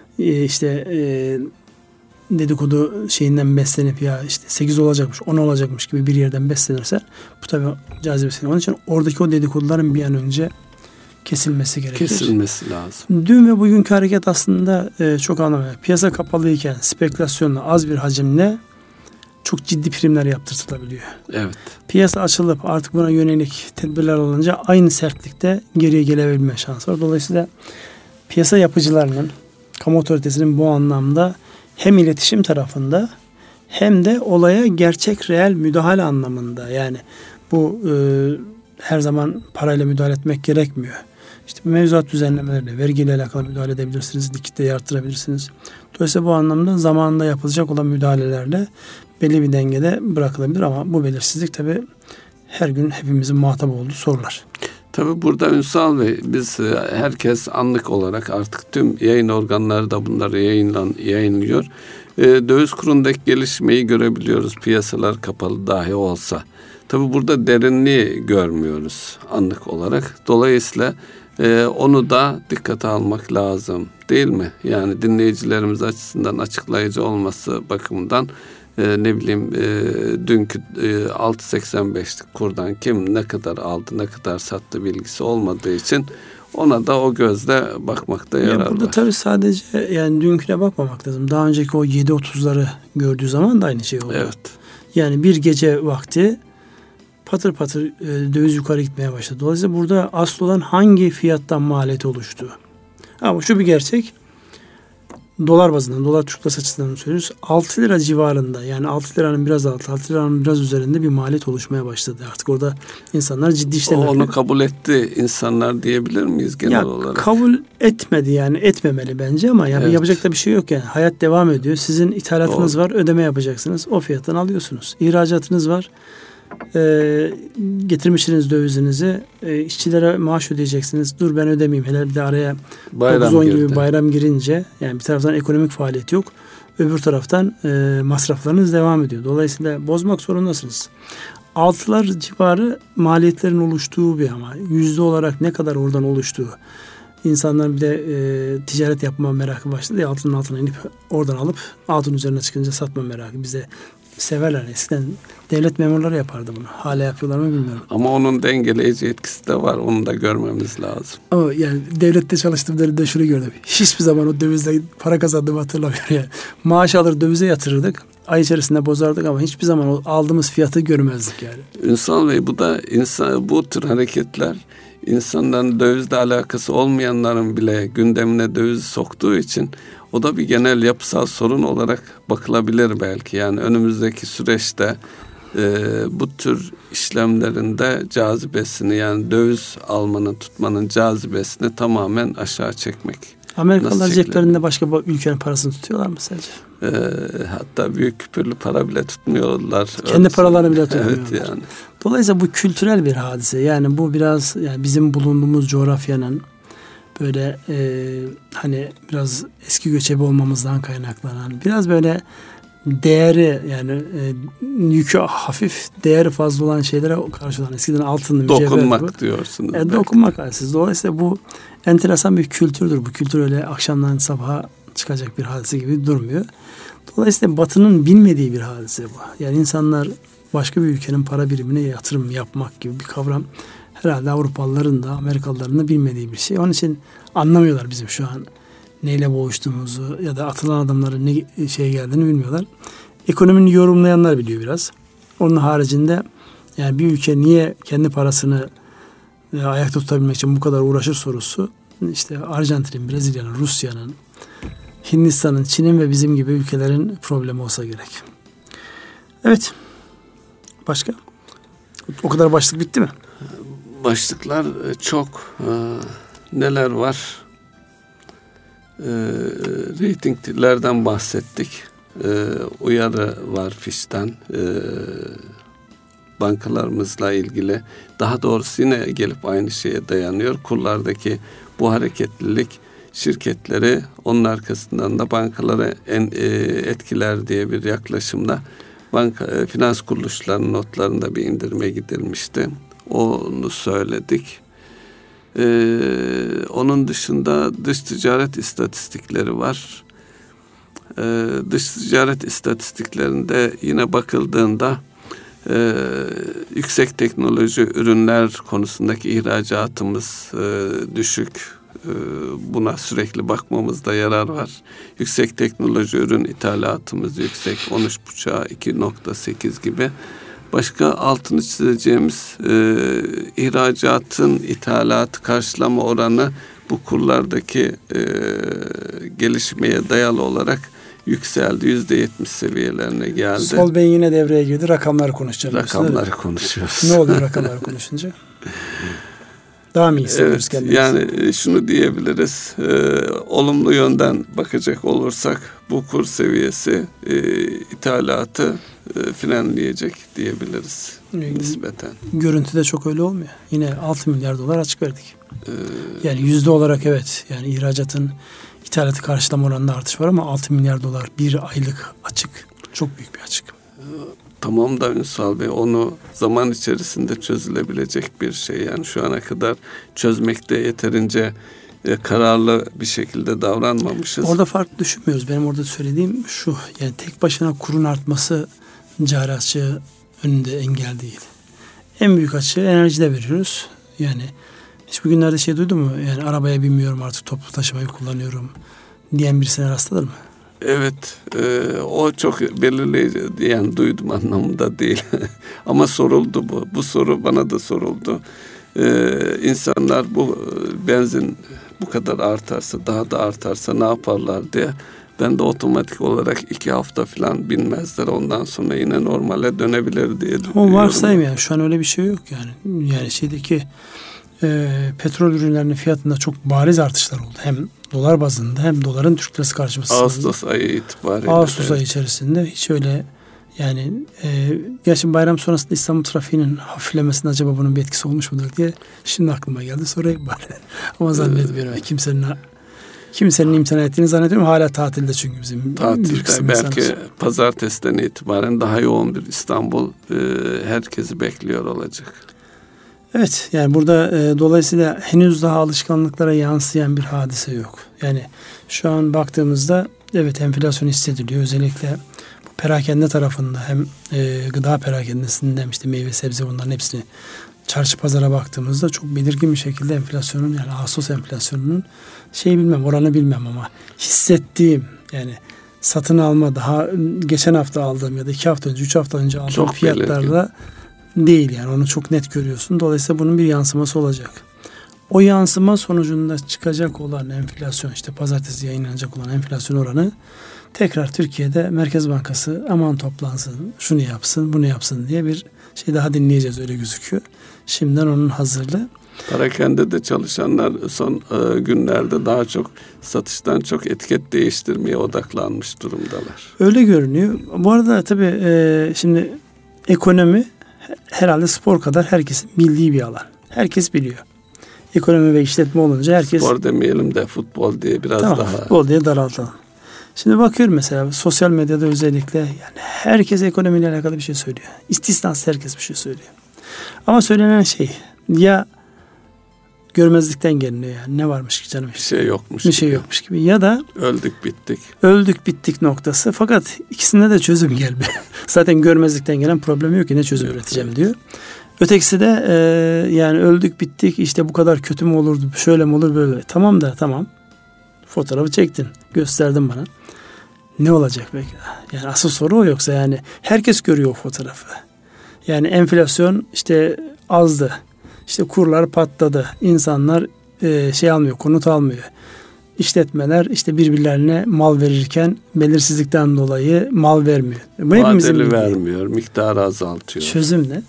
dedikodu şeyinden beslenip ya işte 8 olacakmış, 10 olacakmış gibi bir yerden beslenirse bu tabii cazibesi. Onun için oradaki o dedikoduların bir an önce kesilmesi gerekir. Kesilmesi lazım. Dün ve bugünkü hareket aslında çok anlamlı. Piyasa kapalıyken spekülasyonla, az bir hacimle çok ciddi primler yaptırtılabiliyor. Evet. Piyasa açılıp artık buna yönelik tedbirler olunca aynı sertlikte geriye gelebilme şansı var. Dolayısıyla piyasa yapıcılarının, kamu otoritesinin bu anlamda hem iletişim tarafında hem de olaya gerçek reel müdahale anlamında. Yani bu her zaman parayla müdahale etmek gerekmiyor. İşte mevzuat düzenlemelerle, vergiyle alakalı müdahale edebilirsiniz, likiditeyi arttırabilirsiniz. Dolayısıyla bu anlamda zamanında yapılacak olan müdahalelerle belli bir dengede bırakılabilir ama bu belirsizlik tabii her gün hepimizin muhatap olduğu sorular. Tabii burada Ünsal Bey, biz herkes anlık olarak artık tüm yayın organları da bunları yayınlıyor. Döviz kurundaki gelişmeyi görebiliyoruz, piyasalar kapalı dahi olsa. Tabii burada derinliği görmüyoruz anlık olarak. Dolayısıyla onu da dikkate almak lazım, değil mi? Yani dinleyicilerimiz açısından açıklayıcı olması bakımından dünkü 6.85'lik kurdan kim ne kadar aldı, ne kadar sattı bilgisi olmadığı için ona da o gözle bakmakta yarar var. Burada tabii sadece yani dünküne bakmamak lazım. Daha önceki o 7.30'ları gördüğü zaman da aynı şey oldu. Evet. Yani bir gece vakti patır patır döviz yukarı gitmeye başladı. Dolayısıyla burada asıl olan hangi fiyattan maliyeti oluştuğu. Ama şu bir gerçek. Dolar bazından, dolar Türk lirası açısından söylüyoruz. 6 lira civarında, yani 6 liranın biraz altı, 6 liranın biraz üzerinde bir maliyet oluşmaya başladı. Artık orada insanlar ciddi işlem yapıyor. Onu kabul etti insanlar diyebilir miyiz genel olarak? Kabul etmedi, yani etmemeli bence ama yani yapacak da bir şey yok yani. Hayat devam ediyor. Sizin ithalatınız var, ödeme yapacaksınız. O fiyattan alıyorsunuz. İhracatınız var. Getirmişsiniz dövizinizi, işçilere maaş ödeyeceksiniz. Dur ben ödemeyeyim. Hele bir de araya 9-10 gibi bayram girince, yani bir taraftan ekonomik faaliyet yok. Öbür taraftan masraflarınız devam ediyor. Dolayısıyla bozmak zorundasınız. 6'lar civarı maliyetlerin oluştuğu bir ama yüzde olarak ne kadar oradan oluştuğu. İnsanlar bir de ticaret yapma merakı başladı ya, altının altına inip oradan alıp altın üzerine çıkınca satma merakı. Bize severler. Eskiden devlet memurları yapardı bunu. Hala yapıyorlar mı bilmiyorum. Ama onun dengeleyici etkisi de var. Onu da görmemiz lazım. Ama yani devlette çalıştığım dönemde şunu gördüm. Hiçbir zaman o dövizle para kazandığımı hatırlamıyorum. Yani maaş alır dövize yatırırdık. Ay içerisinde bozardık ama hiçbir zaman o aldığımız fiyatı görmezdik yani. Ünsal Bey, bu da bu tür hareketler insanların dövizle alakası olmayanların bile gündemine dövizi soktuğu için o da bir genel yapısal sorun olarak bakılabilir belki. Yani önümüzdeki süreçte bu tür işlemlerinde cazibesini, yani döviz almanın, tutmanın cazibesini tamamen aşağı çekmek. Amerikalılar ceplerinde başka bir ülkenin parasını tutuyorlar mı sence? Hatta büyük küpürlü para bile tutmuyorlar. Kendi paralarını bile tutmuyorlar. Evet yani. Dolayısıyla bu kültürel bir hadise. Yani bu biraz yani bizim bulunduğumuz coğrafyanın böyle hani biraz eski göçebe olmamızdan kaynaklanan, biraz böyle değeri yani yükü hafif, değeri fazla olan şeylere karşı olan, eskiden altınlı mücevher. Dokunmak diyorsunuz. Dokunmak hadisesi. Dolayısıyla bu enteresan bir kültürdür. Bu kültür öyle akşamdan sabaha çıkacak bir hadise gibi durmuyor. Dolayısıyla Batı'nın bilmediği bir hadise bu. Yani insanlar başka bir ülkenin para birimine yatırım yapmak gibi bir kavram herhalde Avrupalıların da Amerikalıların da bilmediği bir şey. Onun için anlamıyorlar bizim şu an neyle boğuştuğumuzu ya da atılan adamların ne şey geldiğini bilmiyorlar. Ekonomini yorumlayanlar biliyor biraz. Onun haricinde yani bir ülke niye kendi parasını ayakta tutabilmek için bu kadar uğraşır sorusu, işte Arjantin'in, Brezilya'nın, Rusya'nın, Hindistan'ın, Çin'in ve bizim gibi ülkelerin problemi olsa gerek. Evet. Başka? O kadar başlık bitti mi? Başlıklar çok. Neler var? Reytinglerden bahsettik. Uyarı var Fitch'ten. Bankalarımızla ilgili. Daha doğrusu yine gelip aynı şeye dayanıyor. Kurlardaki bu hareketlilik şirketleri, onun arkasından da bankaları etkiler diye bir yaklaşımda finans kuruluşlarının notlarında bir indirime gidilmişti. Onu söyledik. Onun dışında dış ticaret istatistikleri var. Dış ticaret istatistiklerinde yine bakıldığında yüksek teknoloji ürünler konusundaki ihracatımız düşük. Buna sürekli bakmamızda yarar var. Yüksek teknoloji ürün ithalatımız yüksek, 13,5'a 2,8 gibi. Başka altını çizeceğimiz ihracatın ithalatı karşılama oranı bu kurlardaki gelişmeye dayalı olarak yükseldi. %70 seviyelerine geldi. Sol beyin yine devreye girdi. Rakamları konuşacağız. Rakamları konuşuyoruz. Ne oluyor rakamları konuşunca? Daha mı iyi hissediyoruz kendimizi? Yani şunu diyebiliriz. Olumlu yönden bakacak olursak bu kur seviyesi ithalatı frenleyecek diyebiliriz nispeten. Görüntüde çok öyle olmuyor. Yine 6 milyar dolar açık verdik. Yani yüzde olarak evet. Yani ihracatın ithalatı karşılama oranında artış var ama 6 milyar dolar bir aylık açık. Çok büyük bir açık. Tamam da Ünsal Bey, onu zaman içerisinde çözülebilecek bir şey. Yani şu ana kadar çözmekte yeterince kararlı bir şekilde davranmamışız. Orada farklı düşünmüyoruz. Benim orada söylediğim şu. Yani tek başına kurun artması cari açığı önünde engel değil. En büyük açığı enerjide veriyoruz. Yani hiç bugünlerde şey duydun mu? Yani arabaya binmiyorum artık, toplu taşımayı kullanıyorum diyen birisine rastladın mı? Evet, o çok belirleyici, yani duydum anlamında değil. Ama soruldu bu. Bu soru bana da soruldu. İnsanlar bu benzin bu kadar artarsa, daha da artarsa ne yaparlar diye. Ben de otomatik olarak 2 hafta falan binmezler. Ondan sonra yine normale dönebilir diye düşünüyorum. O varsayım yani. Şu an öyle bir şey yok yani. Yani şeydeki petrol ürünlerinin fiyatında çok bariz artışlar oldu. Hem dolar bazında hem doların Türk lirası karşısında. Ağustos ayı itibariyle. Ağustos ayı içerisinde hiç öyle yani gerçi bayram sonrasında İstanbul trafiğinin hafiflemesinde acaba bunun bir etkisi olmuş mudur diye şimdi aklıma geldi. Sorayım bari. Ama zannetmiyorum. Kimsenin imtina ettiğini zannediyorum. Hala tatilde çünkü bizim. Tatilde belki pazartesiden itibaren daha yoğun bir İstanbul herkesi bekliyor olacak. Evet, yani burada dolayısıyla henüz daha alışkanlıklara yansıyan bir hadise yok. Yani şu an baktığımızda evet enflasyon hissediliyor. Özellikle bu perakende tarafında hem gıda perakendesinde hem işte meyve sebze bunların hepsini çarşı pazara baktığımızda çok belirgin bir şekilde enflasyonun, yani Ağustos enflasyonunun oranı bilmem ama hissettiğim, yani satın alma daha geçen hafta aldığım ya da 2 hafta önce 3 hafta önce aldığım çok fiyatlarla değil, yani onu çok net görüyorsun. Dolayısıyla bunun bir yansıması olacak. O yansıma sonucunda çıkacak olan enflasyon, işte pazartesi yayınlanacak olan enflasyon oranı tekrar Türkiye'de Merkez Bankası aman toplansın, şunu yapsın, bunu yapsın diye bir şey daha dinleyeceğiz, öyle gözüküyor. Şimdiden onun hazırlığı. Perakendede çalışanlar son günlerde daha çok satıştan çok etiket değiştirmeye odaklanmış durumdalar. Öyle görünüyor. Bu arada tabii şimdi ekonomi herhalde spor kadar herkesin bildiği bir alan. Herkes biliyor. Ekonomi ve işletme olunca herkes... Spor demeyelim de futbol diye biraz tamam, daha... futbol diye daraltalım. Şimdi bakıyorum mesela sosyal medyada özellikle, yani herkes ekonomiyle alakalı bir şey söylüyor. İstisnasız herkes bir şey söylüyor. Ama söylenen şey ya görmezlikten geliniyor, yani ne varmış ki canım, bir şey yokmuş bir şey yokmuş gibi, ya da öldük bittik noktası. Fakat ikisinde de çözüm gelmiyor. Zaten görmezlikten gelen problem yok ki, ne çözüm üreteceğim diyor. Ötekisi de yani öldük bittik, işte bu kadar kötü mü olurdu, şöyle mi olur, böyle. Tamam da tamam, fotoğrafı çektin, gösterdin bana, ne olacak belki? Yani asıl soru o. Yoksa yani herkes görüyor o fotoğrafı. Yani enflasyon işte azdı, İşte kurlar patladı, İnsanlar almıyor, konut almıyor. İşletmeler işte birbirlerine mal verirken belirsizlikten dolayı mal vermiyor. Vadeli vermiyor, miktarı azaltıyor. Çözüm ne?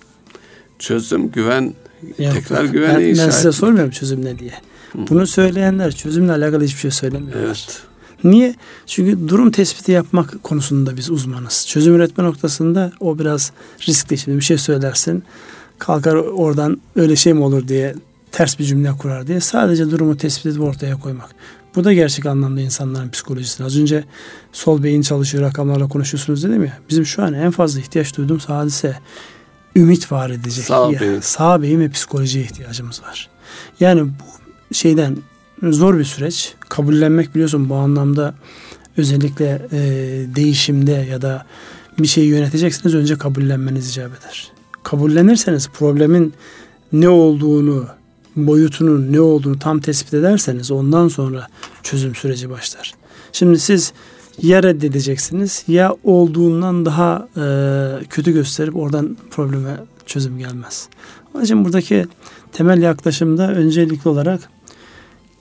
Çözüm güven, tekrar güveni inşa etmek. Ben size sormuyorum çözüm ne diye. Bunu söyleyenler çözümle alakalı hiçbir şey söylemiyorlar. Evet. Niye? Çünkü durum tespiti yapmak konusunda biz uzmanız. Çözüm üretme noktasında o biraz riskli. Şimdi bir şey söylersin, kalkar oradan öyle şey mi olur diye ters bir cümle kurar diye. Sadece durumu tespit edip ortaya koymak. Bu da gerçek anlamda insanların psikolojisini. Az önce sol beyin çalışıyor, rakamlarla konuşuyorsunuz dedim ya. Bizim şu an en fazla ihtiyaç duyduğumuz hadise ümit var edecek. Sağ beyin ve psikolojiye ihtiyacımız var. Yani bu şeyden zor bir süreç. Kabullenmek, biliyorsun, bu anlamda özellikle değişimde ya da bir şeyi yöneteceksiniz, önce kabullenmeniz icap eder. Kabullenirseniz, problemin ne olduğunu, boyutunun ne olduğunu tam tespit ederseniz, ondan sonra çözüm süreci başlar. Şimdi siz ya reddedeceksiniz ya olduğundan daha kötü gösterip oradan probleme çözüm gelmez. Onun için buradaki temel yaklaşımda öncelikli olarak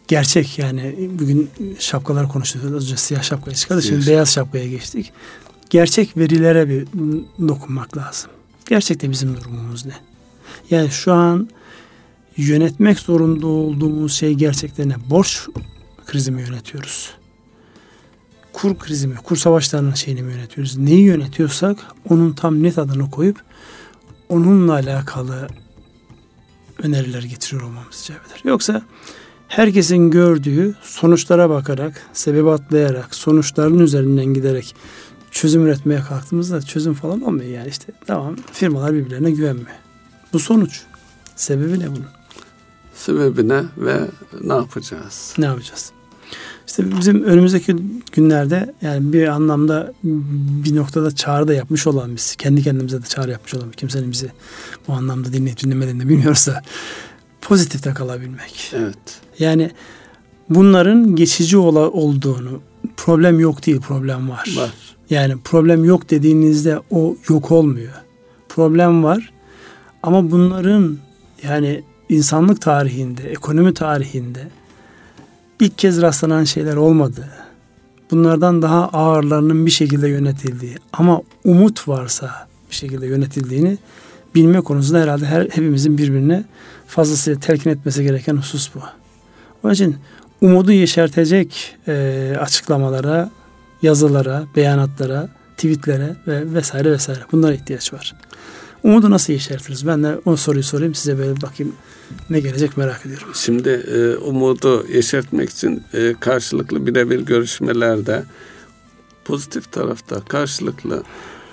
gerçek, yani bugün şapkalar konuşuyoruz. Önce siyah şapkaya çıkardık, şimdi beyaz şapkaya geçtik. Gerçek verilere bir dokunmak lazım. Gerçekten bizim durumumuz ne? Yani şu an yönetmek zorunda olduğumuz şey gerçekten ne? Borç krizi mi yönetiyoruz? Kur krizi mi? Kur savaşlarının şeyini mi yönetiyoruz? Neyi yönetiyorsak onun tam net adını koyup onunla alakalı öneriler getiriyor olmamız icap eder. Yoksa herkesin gördüğü sonuçlara bakarak, sebebi atlayarak, sonuçların üzerinden giderek çözüm üretmeye kalktığımızda çözüm falan olmuyor. Yani işte tamam, firmalar birbirlerine güvenmiyor. Bu sonuç. Sebebi ne bunun? Sebebi ne ve ne yapacağız? Ne yapacağız? İşte bizim önümüzdeki günlerde yani bir anlamda bir noktada çağrı da yapmış olan biz. Kendi kendimize de çağrı yapmış olan, kimsenin bizi bu anlamda dinleyip dinlemediğini bilmiyoruz da pozitifte kalabilmek. Evet. Yani bunların geçici olduğunu, problem yok değil, problem var. Var. Yani problem yok dediğinizde o yok olmuyor. Problem var ama bunların yani insanlık tarihinde, ekonomi tarihinde ilk kez rastlanan şeyler olmadı. Bunlardan daha ağırlarının bir şekilde yönetildiği ama umut varsa bir şekilde yönetildiğini bilme konusunda herhalde hepimizin birbirine fazlasıyla telkin etmesi gereken husus bu. Onun için umudu yeşertecek açıklamalara, yazılara, beyanatlara, tweetlere ve vesaire vesaire bunlara ihtiyaç var. Umudu nasıl yeşertiriz? Ben de o soruyu sorayım size, böyle bakayım ne gelecek merak ediyorum. Şimdi umudu yeşertmek için karşılıklı birebir görüşmelerde pozitif tarafta karşılıklı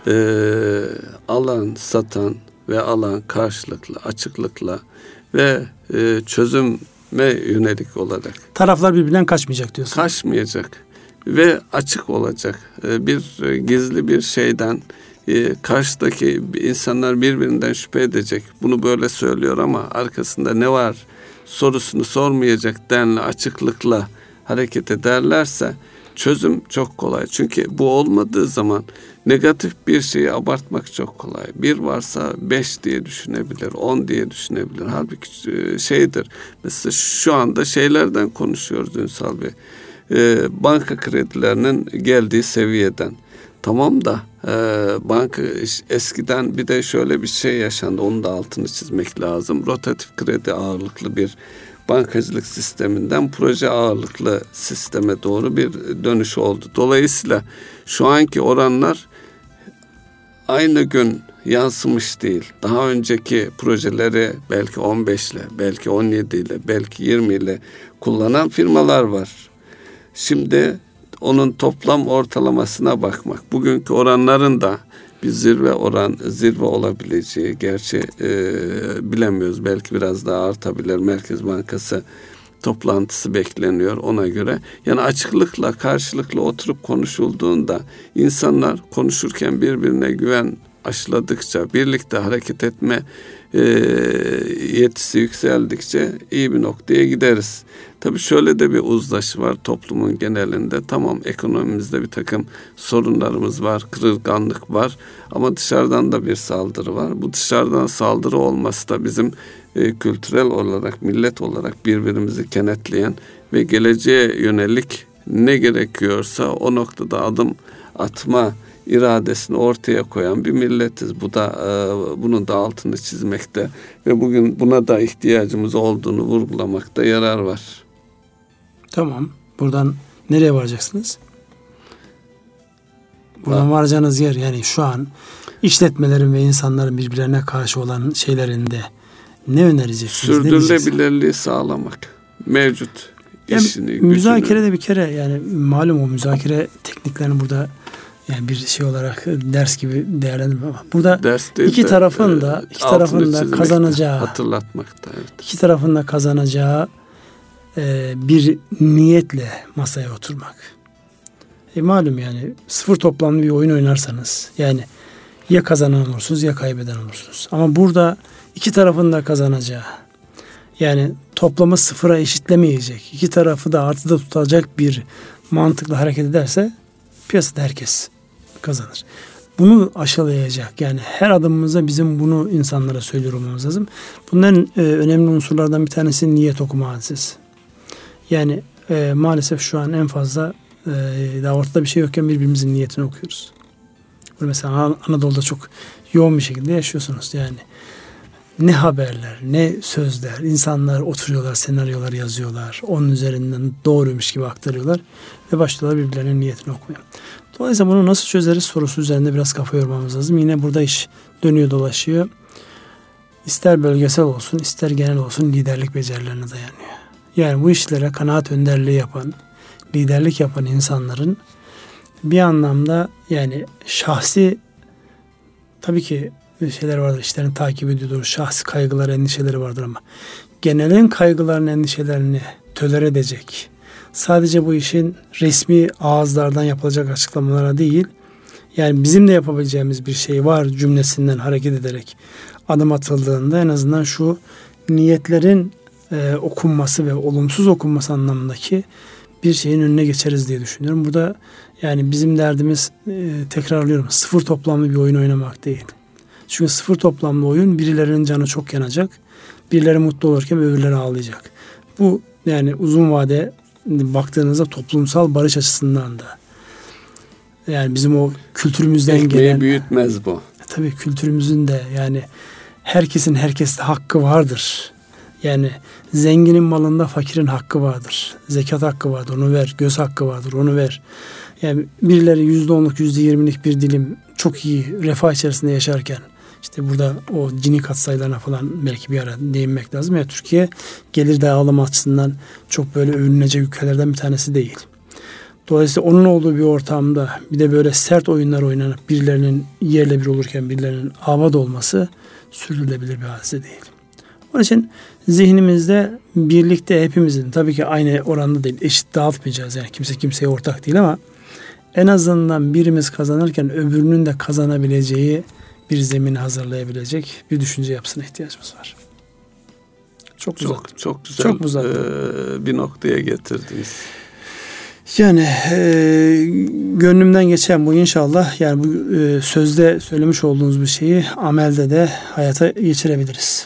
alan satan ve alan karşılıklı açıklıkla ve çözüme yönelik olarak. Taraflar birbirinden kaçmayacak diyorsun. Kaçmayacak ve açık olacak. Bir gizli bir şeyden karşıdaki insanlar birbirinden şüphe edecek. Bunu böyle söylüyor ama arkasında ne var sorusunu sormayacak denli açıklıkla hareket ederlerse çözüm çok kolay. Çünkü bu olmadığı zaman negatif bir şeyi abartmak çok kolay. 1 varsa 5 diye düşünebilir, 10 diye düşünebilir. Halbuki şeydir. Mesela şu anda şeylerden konuşuyoruz Ünsal Bey. Banka kredilerinin geldiği seviyeden. Tamam da banka eskiden bir de şöyle bir şey yaşandı. Onun da altını çizmek lazım. Rotatif kredi ağırlıklı bir bankacılık sisteminden proje ağırlıklı sisteme doğru bir dönüş oldu. Dolayısıyla şu anki oranlar aynı gün yansımış değil. Daha önceki projeleri belki 15 ile, belki 17 ile, belki 20 ile kullanan firmalar var. Şimdi onun toplam ortalamasına bakmak. Bugünkü oranların da bir zirve olabileceği, gerçi bilemiyoruz. Belki biraz daha artabilir. Merkez Bankası toplantısı bekleniyor ona göre. Yani açıklıkla karşılıklı oturup konuşulduğunda insanlar konuşurken birbirine güven aşıladıkça, birlikte hareket etme yetisi yükseldikçe iyi bir noktaya gideriz. Tabii şöyle de bir uzlaşı var toplumun genelinde. Tamam, ekonomimizde bir takım sorunlarımız var, kırılganlık var ama dışarıdan da bir saldırı var. Bu dışarıdan saldırı olması da bizim kültürel olarak, millet olarak birbirimizi kenetleyen ve geleceğe yönelik ne gerekiyorsa o noktada adım atma iradesini ortaya koyan bir milletiz. Bu da bunun da altını çizmekte ve bugün buna da ihtiyacımız olduğunu vurgulamakta yarar var. Tamam. Buradan nereye varacaksınız? Buradan varacağınız yer, yani şu an işletmelerin ve insanların birbirlerine karşı olan şeylerinde ne önereceksiniz? Sürdürülebilirliği sağlamak. Mevcut işini, yani müzakerede bir kere, yani malum o müzakere tekniklerini burada yani bir şey olarak ders gibi değerlendirme ama burada iki tarafın da kazanacağı, hatırlatmakta, evet. İki tarafın da kazanacağı bir niyetle masaya oturmak. Malum yani sıfır toplamlı bir oyun oynarsanız yani ya kazanan olursunuz ya kaybeden olursunuz. Ama burada iki tarafın da kazanacağı, yani toplamı sıfıra eşitlemeyecek, iki tarafı da artıda tutacak bir mantıkla hareket ederse piyasada herkes kazanır. Bunu aşılayacak, yani her adımımızda bizim bunu insanlara söylüyor olmamız lazım. Bunların önemli unsurlardan bir tanesi niyet okuma hadisesi. Yani maalesef şu an en fazla daha ortada bir şey yokken birbirimizin niyetini okuyoruz. Bunu mesela Anadolu'da çok yoğun bir şekilde yaşıyorsunuz. Yani ne haberler, ne sözler, insanlar oturuyorlar, senaryolar yazıyorlar. Onun üzerinden doğruymuş gibi aktarıyorlar ve başlıyorlar birbirlerinin niyetini okumaya. Dolayısıyla bunu nasıl çözeriz sorusu üzerinde biraz kafa yormamız lazım. Yine burada iş dönüyor dolaşıyor. İster bölgesel olsun, ister genel olsun liderlik becerilerine dayanıyor. Yani bu işlere kanaat önderliği yapan, liderlik yapan insanların bir anlamda yani şahsi tabii ki şeyler vardır, işlerini takip ediyordur, şahsi kaygıları, endişeleri vardır ama genelin kaygılarını, endişelerini tolere edecek, sadece bu işin resmi ağızlardan yapılacak açıklamalara değil, yani bizim de yapabileceğimiz bir şey var cümlesinden hareket ederek adım atıldığında en azından şu niyetlerin okunması ve olumsuz okunması anlamındaki bir şeyin önüne geçeriz diye düşünüyorum. Burada yani bizim derdimiz tekrarlıyorum, sıfır toplamlı bir oyun oynamak değil. Çünkü sıfır toplamlı oyun birilerinin canı çok yanacak. Birileri mutlu olurken öbürleri ağlayacak. Bu yani uzun vade baktığınızda toplumsal barış açısından da yani bizim o kültürümüzden ekmeği gelen büyütmez bu. Tabii kültürümüzün de yani herkeste hakkı vardır. Yani zenginin malında fakirin hakkı vardır. Zekat hakkı vardır, onu ver. Göz hakkı vardır, onu ver. Yani birileri %10'luk, %20'lik bir dilim çok iyi refah içerisinde yaşarken işte burada o Gini katsayılarına falan belki bir ara değinmek lazım. Ya Türkiye gelir dağılımı açısından çok böyle övünülecek ülkelerden bir tanesi değil. Dolayısıyla onun olduğu bir ortamda bir de böyle sert oyunlar oynanıp birilerinin yerle bir olurken birilerinin avad olması sürdürülebilir bir hadise değil. Onun için zihnimizde birlikte hepimizin tabii ki aynı oranda değil, eşit dağıtmayacağız. Yani kimse kimseye ortak değil ama en azından birimiz kazanırken öbürünün de kazanabileceği bir zemin hazırlayabilecek bir düşünce yapısına ihtiyacımız var. Çok güzel. Çok güzel bir noktaya getirdiniz. Yani gönlümden geçen bu inşallah yani bu sözde söylemiş olduğunuz bir şeyi amelde de hayata geçirebiliriz.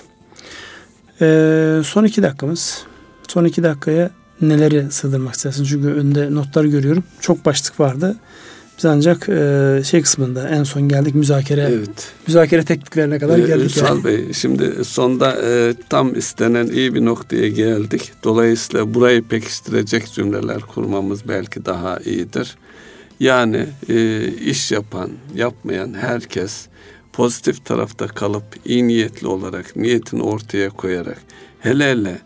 Son 2 dakikamız. Son 2 dakikaya neleri sığdırmak istersin? Çünkü önde notlar görüyorum. Çok başlık vardı. Biz ancak şey kısmında en son geldik müzakere tekniklerine kadar geldik. Ünsal Bey, şimdi sonda tam istenen iyi bir noktaya geldik. Dolayısıyla burayı pekiştirecek cümleler kurmamız belki daha iyidir. Yani iş yapan, yapmayan herkes pozitif tarafta kalıp iyi niyetli olarak, niyetini ortaya koyarak hele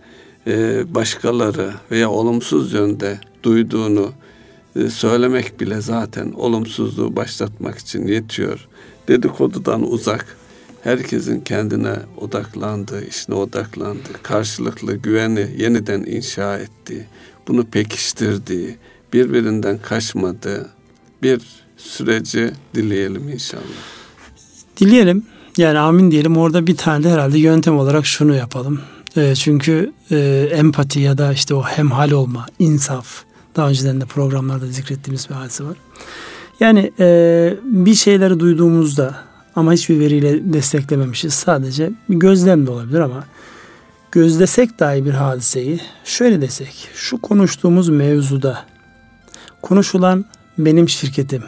başkaları veya olumsuz yönde duyduğunu söylemek bile zaten olumsuzluğu başlatmak için yetiyor. Dedikodudan uzak, herkesin kendine odaklandığı, işine odaklandığı, karşılıklı güveni yeniden inşa ettiği, bunu pekiştirdiği, birbirinden kaçmadığı bir süreci dileyelim inşallah. Dileyelim. Yani amin diyelim. Orada bir tane de herhalde yöntem olarak şunu yapalım. Çünkü empati ya da işte o hemhal olma, insaf, daha önceden de programlarda zikrettiğimiz bir hadise var. Yani bir şeyleri duyduğumuzda ama hiçbir veriyle desteklememişiz. Sadece bir gözlem de olabilir ama gözlesek dahi bir hadiseyi şöyle desek, şu konuştuğumuz mevzuda konuşulan benim şirketim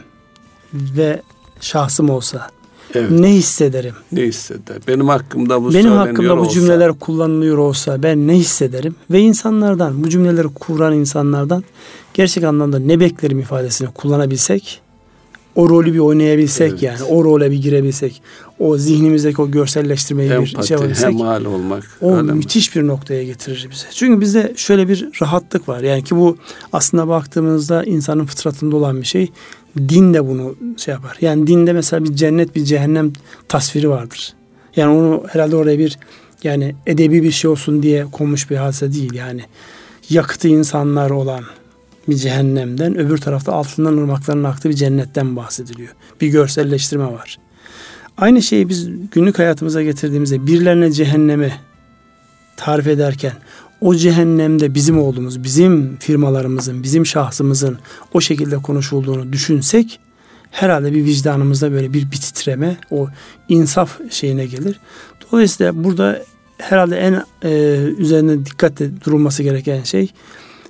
ve şahsım olsa evet, ne hissederim? Ne hisseder? Benim hakkımda bu söyleniyor olsa. Benim hakkımda bu cümleler kullanılıyor olsa ben ne hissederim? Ve insanlardan, bu cümleleri kuran insanlardan gerçek anlamda ne beklerim ifadesini kullanabilsek, o rolü bir oynayabilsek evet, yani o role bir girebilsek, o zihnimizdeki o görselleştirmeyi empati, bir şey yapabilsek, hemhal olmak. O müthiş bir noktaya getirir bize. Çünkü bizde şöyle bir rahatlık var. Yani ki bu aslında baktığımızda insanın fıtratında olan bir şey. Din de bunu şey yapar. Yani dinde mesela bir cennet, bir cehennem tasviri vardır. Yani onu herhalde oraya bir yani edebi bir şey olsun diye konmuş bir hadise değil. Yani yakıtı insanlar olan bir cehennemden, öbür tarafta altından ırmakların aktığı bir cennetten bahsediliyor. Bir görselleştirme var. Aynı şeyi biz günlük hayatımıza getirdiğimizde birilerine cehennemi tarif ederken o cehennemde bizim olduğumuz, bizim firmalarımızın, bizim şahsımızın o şekilde konuşulduğunu düşünsek herhalde bir vicdanımızda böyle bir titreme, o insaf şeyine gelir. Dolayısıyla burada herhalde en üzerine dikkatle durulması gereken şey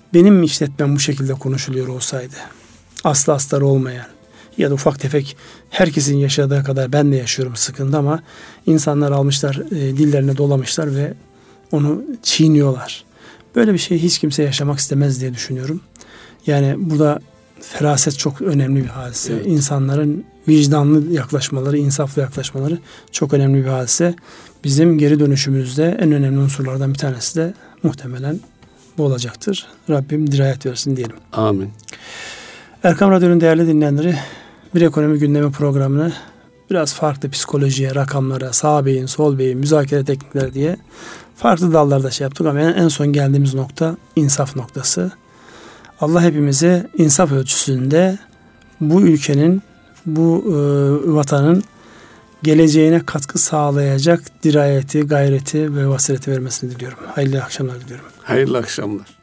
benim işletmem bu şekilde konuşuluyor olsaydı, aslı astarı olmayan ya da ufak tefek herkesin yaşadığı kadar ben de yaşıyorum sıkıntı ama insanlar almışlar dillerine dolamışlar ve onu çiğniyorlar. Böyle bir şey hiç kimse yaşamak istemez diye düşünüyorum. Yani burada feraset çok önemli bir hadise. Evet. İnsanların vicdanlı yaklaşmaları, insaflı yaklaşmaları çok önemli bir hadise. Bizim geri dönüşümüzde en önemli unsurlardan bir tanesi de muhtemelen bu olacaktır. Rabbim dirayet versin diyelim. Amin. Erkam Radyo'nun değerli dinleyenleri, bir ekonomi gündemi programını biraz farklı psikolojiye, rakamlara, sağ beyin, sol beyin, müzakere teknikleri diye farklı dallarda yaptık ama en son geldiğimiz nokta insaf noktası. Allah hepimize insaf ölçüsünde bu ülkenin, bu vatanın geleceğine katkı sağlayacak dirayeti, gayreti ve vasiyeti vermesini diliyorum. Hayırlı akşamlar diliyorum. Hayırlı akşamlar.